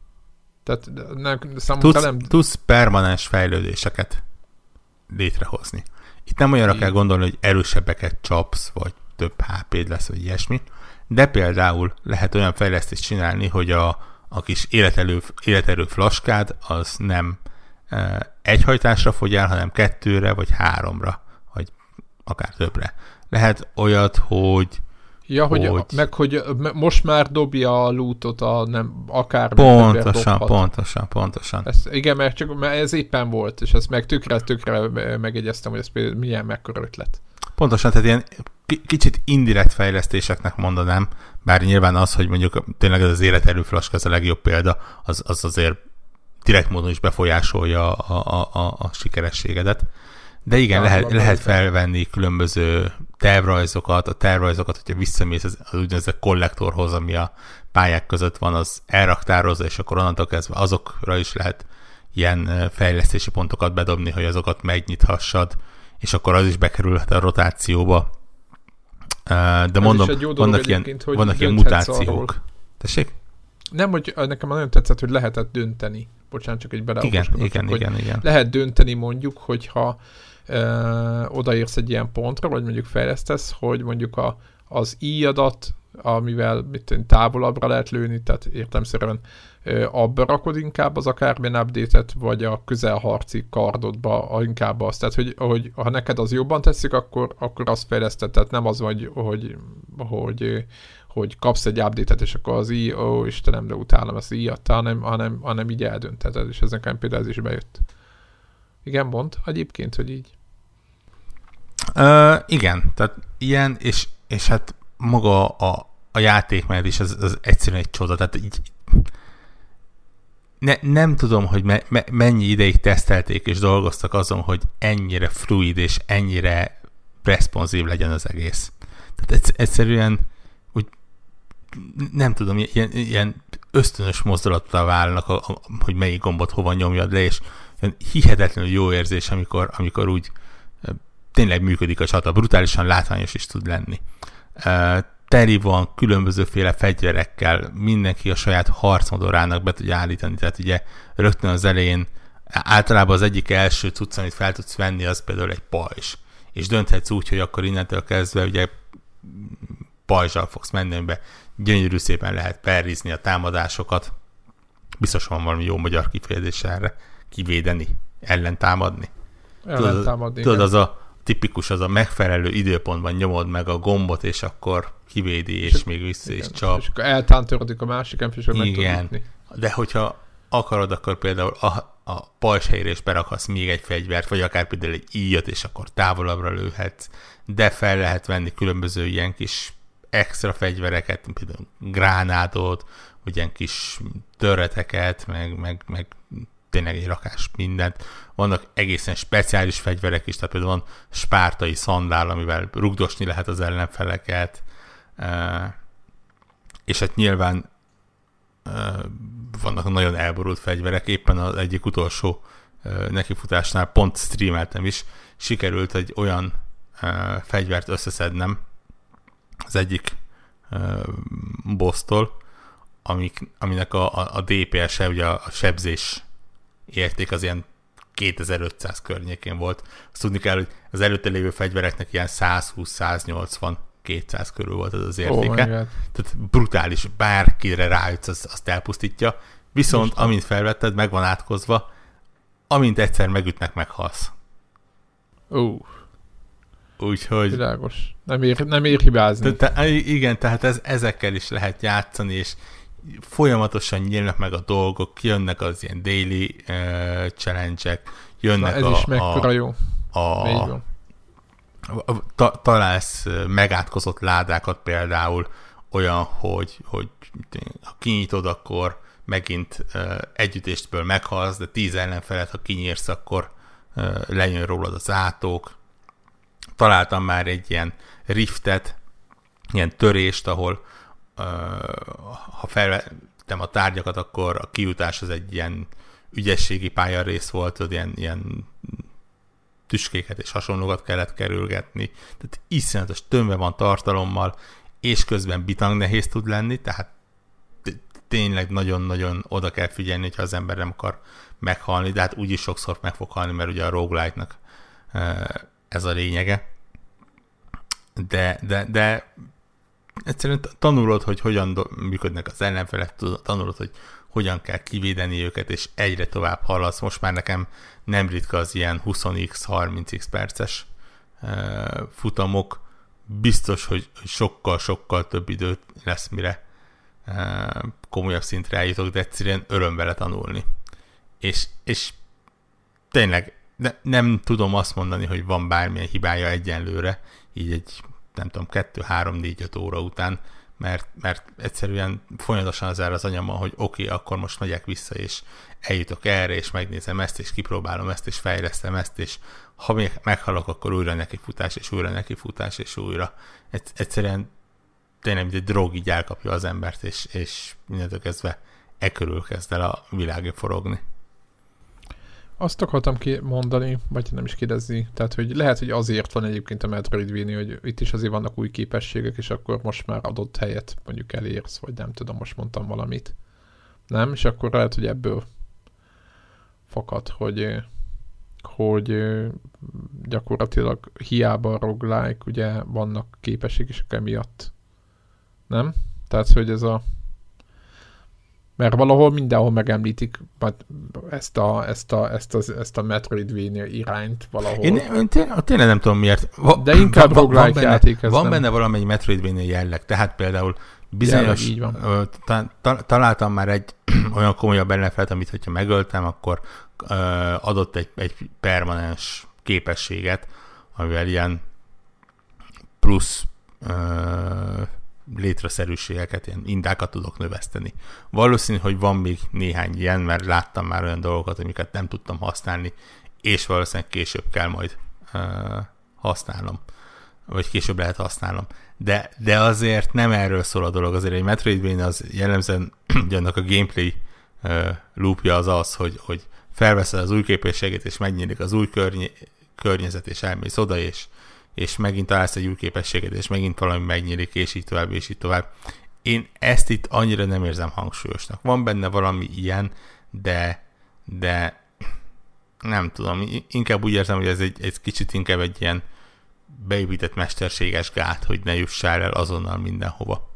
tehát nem, számomra tudsz, nem... Tudsz permanens fejlődéseket létrehozni. Itt nem olyanra kell gondolni, hogy erősebbeket csapsz, vagy több há péd lesz, vagy ilyesmi, de például lehet olyan fejlesztést csinálni, hogy a a kis életerő, életerő flaskád az nem e, egy hajtásra fogy el, hanem kettőre, vagy háromra, vagy akár többre. Lehet olyat, hogy... Ja, hogy, hogy meg hogy most már dobja a lootot a nem, akár... Pontosan, pontosan, pontosan. Ez, igen, mert, csak, mert ez éppen volt, és ezt meg tökre-tökre megegyeztem, hogy ez például milyen mekkora ötlet. Pontosan, tehát ilyen kicsit indirekt fejlesztéseknek mondanám, bár nyilván az, hogy mondjuk tényleg ez az életerőflaska, ez a legjobb példa, az, az azért direkt módon is befolyásolja a, a, a, a sikerességedet. De igen, lehet, lehet felvenni különböző tervrajzokat, a tervrajzokat, hogyha visszamész az, az úgynevezett kollektorhoz, ami a pályák között van, az elraktározza, és akkor onnantól kezdve azokra is lehet ilyen fejlesztési pontokat bedobni, hogy azokat megnyithassad, és akkor az is bekerülhet a rotációba. De mondom, vannak ilyen, vannak ilyen mutációk. Arról. Tessék? Nem, hogy nekem nagyon tetszett, hogy lehetett dönteni. Bocsánat, csak egy beleolvaskodott. Igen, igen, igen, igen. Lehet dönteni mondjuk, hogyha ö, odaérsz egy ilyen pontra, vagy mondjuk fejlesztesz, hogy mondjuk a, az íjadat, amivel mit, távolabbra lehet lőni, tehát értelemszerűen ö, abba rakod inkább az akármilyen update-et, vagy a közelharci kardodba inkább azt. Tehát, hogy, hogy ha neked az jobban tetszik, akkor, akkor azt fejleszted. Tehát nem az, hogy, hogy, hogy, hogy kapsz egy update-et, és akkor az í, ó, Istenem, de utálom ezt íjat, hanem, hanem, hanem így eldöntheted, és ez nekem például ez is bejött. Igen, mond egyébként, hogy így. Uh, igen, tehát ilyen, és, és hát maga a, a játék mellett is az, az egyszerűen egy csoda, tehát így ne, nem tudom, hogy me, me, mennyi ideig tesztelték és dolgoztak azon, hogy ennyire fluid és ennyire responsív legyen az egész. Tehát egyszerűen úgy nem tudom, ilyen, ilyen ösztönös mozdulattal válnak, a, a, hogy melyik gombot hova nyomjad le, és hihetetlenül jó érzés, amikor, amikor úgy tényleg működik a csata, brutálisan látványos is tud lenni. Teri van különbözőféle fegyverekkel, mindenki a saját harcmodorának be tudja állítani, tehát ugye rögtön az elején általában az egyik első cucc, amit fel tudsz venni, az például egy pajzs, és dönthetsz úgy, hogy akkor innentől kezdve ugye pajzsal fogsz menni, amiben gyönyörű szépen lehet perrizni a támadásokat, biztos van valami jó magyar kifejezés erre, kivédeni, ellentámadni. Ellentámadni. Tudod, tudod az a tipikus az a megfelelő időpontban nyomod meg a gombot, és akkor kivédi, és, és még vissza igen, is csap. És akkor eltántorodik a másik ember, és meg igen, tudni. De hogyha akarod, akkor például a, a pajzshelyre is berakhatsz még egy fegyvert, vagy akár például egy íjat, és akkor távolabbra lőhetsz, de fel lehet venni különböző ilyen kis extra fegyvereket, például gránátot, vagy ilyen kis törreteket, meg, meg, meg tényleg egy rakás mindent. Vannak egészen speciális fegyverek is, tehát például van spártai szandál, amivel rugdosni lehet az ellenfeleket, és hát nyilván vannak nagyon elborult fegyverek. Éppen az egyik utolsó nekifutásnál pont streameltem is, sikerült egy olyan fegyvert összeszednem az egyik bossztól, amik, aminek a, a, a dé pé es-e, ugye a, a sebzés érték az ilyen kétezer-ötszáz környékén volt. Azt tudni kell, hogy az előtte lévő fegyvereknek ilyen százhúsz, száznyolcvan, kétszáz körül volt az az értéke. Oh, tehát brutális, bárkire ráütsz, azt, azt elpusztítja. Viszont Most amint felvetted, meg van átkozva, amint egyszer megütnek, meghalsz. Ó. Uh. Úgyhogy... Világos. Nem ér, nem ér hibázni. Te, te, igen, tehát ez, ezekkel is lehet játszani, és folyamatosan nyílnak meg a dolgok, jönnek az ilyen daily uh, challenge-ek, jönnek ez a... is mekkora a, jó. A, a, ta, találsz megátkozott ládákat például, olyan, hogy, hogy ha kinyitod, akkor megint uh, együttestből meghalsz, de tíz ellenfelet, ha kinyírsz, akkor uh, lejön rólad az átók. Találtam már egy ilyen riftet, ilyen törést, ahol uh, ha felvettem a tárgyakat, akkor a kijutás az egy ilyen ügyességi pályarész volt, hogy ilyen, ilyen tüskéket és hasonlókat kellett kerülgetni. Tehát iszonyatos tömve van tartalommal, és közben bitang nehéz tud lenni, tehát tényleg nagyon-nagyon oda kell figyelni, hogyha az ember nem akar meghalni, de hát úgyis sokszor meg fog halni, mert ugye a roguelike-nak ez a lényege. De, de, de egyszerűen tanulod, hogy hogyan működnek az ellenfelek, tanulod, hogy hogyan kell kivédeni őket, és egyre tovább hallasz. Most már nekem nem ritka az ilyen húsz x, harminc x perces futamok. Biztos, hogy sokkal-sokkal több időt lesz, mire komolyabb szintre eljutok, de egyszerűen öröm vele tanulni. És, és tényleg ne, nem tudom azt mondani, hogy van bármilyen hibája egyenlőre, így egy, nem tudom, kettő, három, négy, öt óra után, mert, mert egyszerűen folyamatosan az áll az anyammal, hogy oké, okay, akkor most megyek vissza, és eljutok erre, és megnézem ezt, és kipróbálom ezt, és fejlesztem ezt, és ha még meghalok, akkor újra neki futás, és újra neki futás, és újra. Egyszerűen tényleg, mint egy drog így elkapja az embert, és, és mindentől kezdve e körül kezd el a világ forogni. Azt akartam mondani, vagy nem is kérdezni, tehát, hogy lehet, hogy azért van egyébként a Metroidvania, hogy itt is azért vannak új képességek, és akkor most már adott helyet mondjuk elérsz, vagy nem tudom, most mondtam valamit. Nem? És akkor lehet, hogy ebből fakad, hogy, hogy gyakorlatilag hiába a roguelike, ugye vannak képességek, és emiatt. Nem? Tehát, hogy ez a mert valahol mindenhol megemlítik ezt a, ezt a, ezt a, ezt a Metroidvania irányt valahol. Én, én tényleg, tényleg nem tudom miért. Va, De inkább va, roguelike van játék benne, van benne valamely Metroidvania jelleg. Tehát például bizonyos... Jelleg, ta, ta, találtam már egy olyan komolyabb ellenfelet, amit hogyha megöltem, akkor uh, adott egy, egy permanens képességet, amivel ilyen plusz uh, létreszerűségeket, ilyen indákat tudok növeszteni. Valószínű, hogy van még néhány ilyen, mert láttam már olyan dolgokat, amiket nem tudtam használni, és valószínűleg később kell majd uh, használnom. Vagy később lehet használnom. De, de azért nem erről szól a dolog. Azért egy Metroidvania az jellemzően annak a gameplay uh, loopja az az, hogy, hogy felveszed az új képességet, és megnyílik az új körny- környezet, és elmész oda, és és megint találsz egy új képességet, és megint valami megnyílik, és így tovább, és így tovább. Én ezt itt annyira nem érzem hangsúlyosnak. Van benne valami ilyen, de, de nem tudom, inkább úgy érzem, hogy ez egy, egy kicsit inkább egy ilyen beépített mesterséges gát, hogy ne jussál el azonnal mindenhova.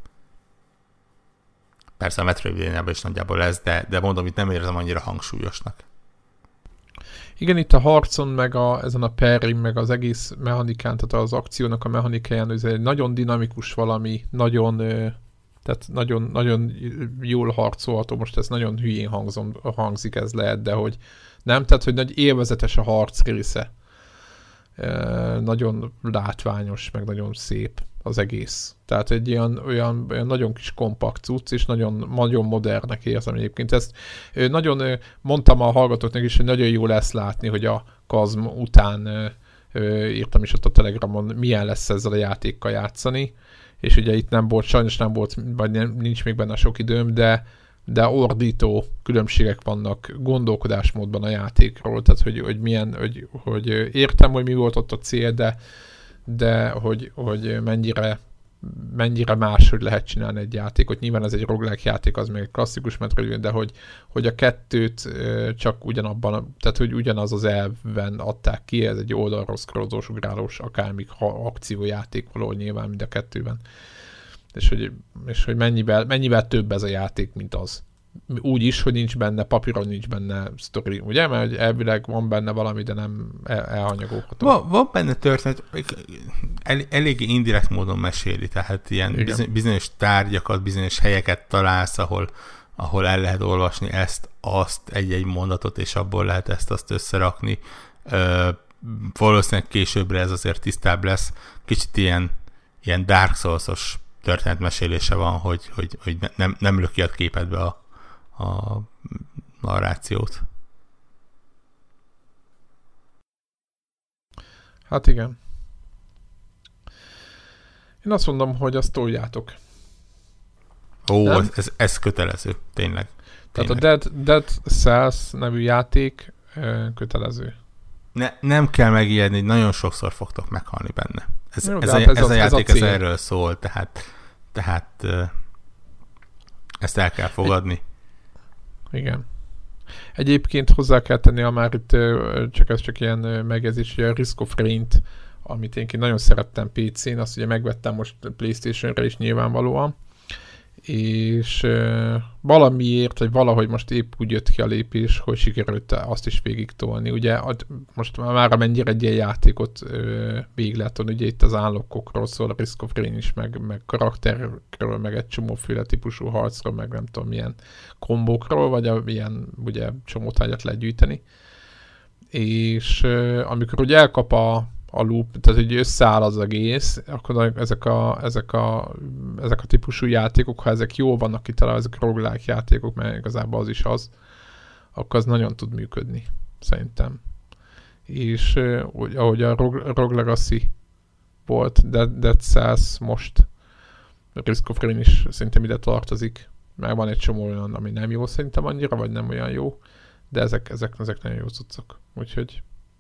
Persze a Metroidvania-ban is nagyjából ez, de, de mondom, itt nem érzem annyira hangsúlyosnak. Igen, itt a harcon, meg a, ezen a pairing, meg az egész mechanikán, tehát az akciónak a mechanikáján, ez egy nagyon dinamikus valami, nagyon, tehát nagyon, nagyon jól harcolható, most ez nagyon hülyén hangzom, hangzik ez lehet, de hogy nem, tehát hogy nagy élvezetes a harc része. E, nagyon látványos, meg nagyon szép az egész. Tehát egy ilyen, olyan, olyan nagyon kis kompakt cucc, és nagyon, nagyon modernnek érzem egyébként. Ezt nagyon mondtam a hallgatóknak is, hogy nagyon jó lesz látni, hogy a Kazm után írtam is ott a Telegramon, milyen lesz ezzel a játékkal játszani, és ugye itt nem volt, sajnos nem volt, vagy nem, nincs még benne sok időm, de de ordító különbségek vannak gondolkodásmódban a játékról, tehát hogy, hogy milyen, hogy, hogy értem, hogy mi volt ott a cél, de, de hogy, hogy mennyire, mennyire máshogy lehet csinálni egy játékot. Nyilván ez egy roguelike játék, az még egy klasszikus Metroidvania, de hogy, hogy a kettőt csak ugyanabban, tehát hogy ugyanaz az elven adták ki, ez egy oldalról scrollozós, ugrálós, akármik akciójáték valahol nyilván mind a kettőben. És hogy, és hogy mennyivel, mennyivel több ez a játék, mint az. Úgy is, hogy nincs benne, papíron nincs benne sztori, ugye? Mert elvileg van benne valami, de nem el, elhanyagolható. Van, van benne történet, el, eléggé indirekt módon meséli, tehát ilyen bizony, bizonyos tárgyakat, bizonyos helyeket találsz, ahol, ahol el lehet olvasni ezt, azt, egy-egy mondatot, és abból lehet ezt-azt összerakni. Ö, valószínűleg későbbre ez azért tisztább lesz. Kicsit ilyen, ilyen Dark Souls-os történetmesélése van, hogy, hogy, hogy nem, nem löki a képedbe a, a narrációt. Hát igen. Én azt mondom, hogy azt toljátok. Ó, ez, ez, ez kötelező, tényleg. Tehát tényleg. A Dead, Dead Cells nevű játék kötelező. Ne, nem kell megijedni, nagyon sokszor fogtok meghalni benne. Ez, Jó, ez, a, a, ez, ez a, a játék ez, ez erről szól, tehát, tehát ezt el kell fogadni. Igen. Egyébként hozzá kell tenni, a már itt csak ez csak ilyen megjegyzés, hogy a Risk of Rain-t, amit én nagyon szerettem pé cén, azt ugye megvettem most PlayStation-re is nyilvánvalóan, és uh, valamiért, vagy valahogy most épp úgy jött ki a lépés, hogy sikerült azt is végig tolni. Ugye most már amennyire egy ilyen játékot uh, végig lehet tolni, ugye itt az unlockokról szól, a Risk of Rain is, meg, meg karakterről, meg egy csomóféle típusú harcról, meg nem tudom milyen kombókról, vagy a, ilyen ugye csomótárgyat lehet gyűjteni. És uh, amikor ugye elkap a a loop, tehát hogy összeáll az egész, akkor ezek a, ezek a, ezek a típusú játékok, ha ezek jól vannak kitalálva, ezek a roguelike játékok, mert igazából az is az, akkor az nagyon tud működni, szerintem. És uh, ahogy a Rogue Legacy volt, Dead, Dead Cells most, a Risk of Rain is szerintem ide tartozik, mert van egy csomó olyan, ami nem jó szerintem annyira, vagy nem olyan jó, de ezek, ezek, ezek nagyon jó cuccok. Úgyhogy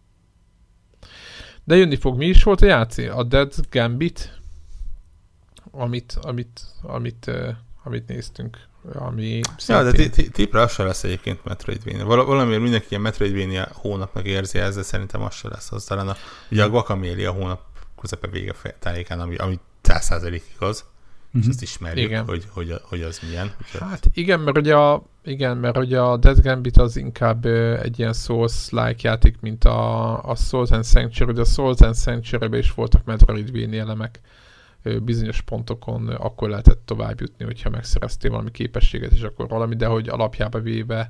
de jönni fog. Mi is volt a játék? A Dead Gambit, amit, amit, amit, uh, amit néztünk. Ami ja, de tipre az se lesz egyébként Metroidvania. Val- valamiért mindenki ilyen Metroidvania hónapnak érzi ezzel, szerintem az se lesz. Az talán a, ugye a Guacamelee a hónap közepe vége tájékán, ami, ami száz százalék igaz. Mm-hmm. És ezt ismerjük, hogy, hogy, hogy az milyen. Hát igen, mert ugye a, igen, mert ugye a Dead Gambit az inkább uh, egy ilyen Souls-like játék, mint a, a Souls and Sanctuary, de a Souls and Sanctuary-ben is voltak Metroidvania elemek. Uh, bizonyos pontokon uh, akkor lehetett tovább jutni, hogyha megszereztél valami képességet, és akkor valami, de hogy alapjába véve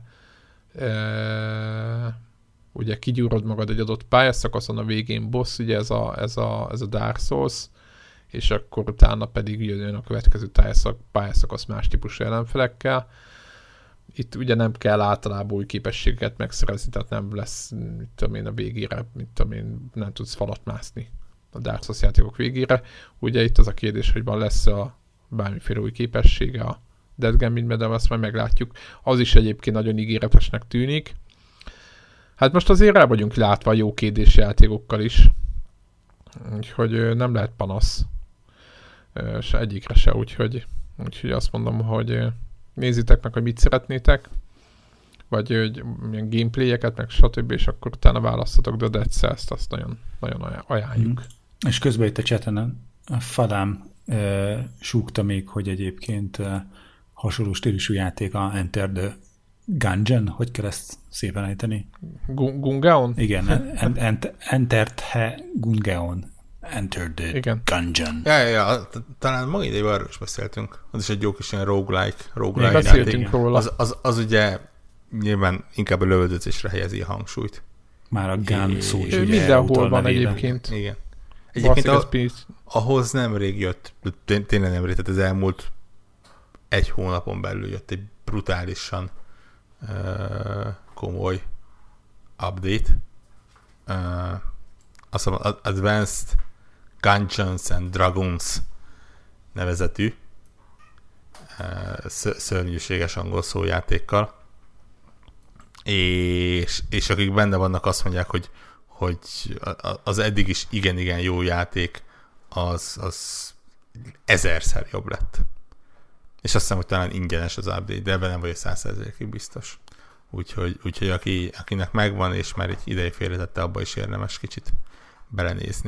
uh, ugye kigyúrod magad egy adott pályaszakaszon, a végén boss, ugye ez a, ez a, ez a Dark Souls, és akkor utána pedig jön a következő pályaszak, pályaszakasz más típusú ellenfelekkel. Itt ugye nem kell általában új képességeket megszerezni, tehát nem lesz, mit tudom én, a végére, mit tudom én, nem tudsz falat mászni a Dark Souls játékok végére. Ugye itt az a kérdés, hogy van lesz a bármiféle új képessége a Dead Gambitben, de azt majd meglátjuk. Az is egyébként nagyon ígéretesnek tűnik. Hát most azért el vagyunk látva a jó kérdés játékokkal is. Úgyhogy nem lehet panasz. Se egyikre se, úgyhogy, úgyhogy azt mondom, hogy nézzétek meg, hogy mit szeretnétek, vagy hogy milyen gameplayeket, meg stb., és akkor utána választatok, de a Dead Cells-t azt nagyon, nagyon ajánljuk. Mm. És közben itt a chaten a Fadám e, súgta még, hogy egyébként e, hasonló stílusú játék a Enter the Gungeon, hogy kell ezt szépen ejteni? Gungeon? Igen, en, ent, entert he Gungeon. Enter the Igen. Gungeon. Ja, ja, ja, talán maga idejében arról is beszéltünk. Az is egy jó kis ilyen roguelike, roguelike beszéltünk játék. róla. Az, az, az ugye nyilván inkább a lövöldözésre helyezi a hangsúlyt. Már a gun szó is Ő ugye mindenhol van nevében. egyébként. Igen. Egyébként a, Speech. ahhoz nemrég jött, tényleg nemrég, tehát az elmúlt egy hónapon belül jött egy brutálisan uh, komoly update. Uh, azt mondom, Advanced Dungeons and Dragons nevezetű uh, szörnyűséges angol szójátékkal. És, és akik benne vannak, azt mondják, hogy, hogy az eddig is igen-igen jó játék az, az ezerszer jobb lett. És azt hiszem, hogy talán ingyenes az update, de ebben nem vagyok száz százalékig biztos. Úgyhogy, úgyhogy aki, akinek megvan, és már egy ideje félretette, abba is érdemes kicsit belenézni.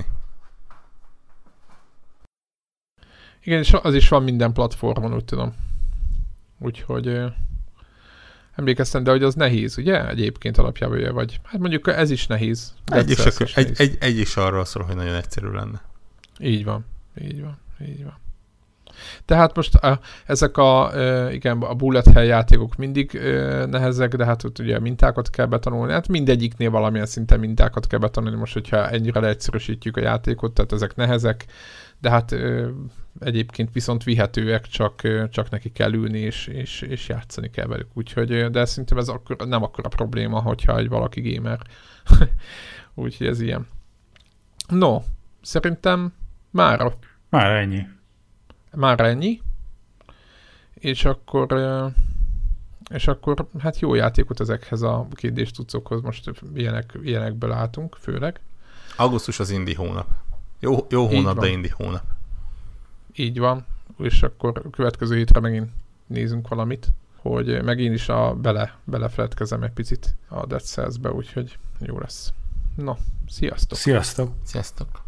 Igen, és az is van minden platformon, úgy tudom. Úgyhogy emlékeztem, de hogy az nehéz, ugye? Egyébként alapjában ugye vagy. Hát mondjuk ez is nehéz. Egy is, is, egy, nehéz. Egy, egy is arról szól, hogy nagyon egyszerű lenne. Így van. Így van. Így van. Tehát most a, ezek a, e, igen, a bullet hell játékok mindig e, nehezek, de hát ott ugye mintákat kell betanulni. Hát mindegyiknél valamilyen szinten mintákat kell betanulni, most hogyha ennyire leegyszerűsítjük a játékot, tehát ezek nehezek, de hát e, egyébként viszont vihetőek, csak, csak neki kell ülni, és, és, és játszani kell velük. Úgyhogy, de szerintem ez akkor, nem akkora probléma, hogyha egy valaki gamer. Úgyhogy ez ilyen. No, szerintem mára. Már ennyi. Már ennyi. És akkor és akkor hát jó játékot ezekhez a kérdés tucokhoz. Most ilyenek, ilyenekből álltunk, főleg. Augusztus az indie hónap. Jó, jó hónap, de indie hónap. Így van. És akkor a következő hétre megint nézünk valamit, hogy meg én is a bele, belefletkezem egy picit a Dead Cells-be, úgyhogy jó lesz. No, sziasztok! Sziasztok! Sziasztok!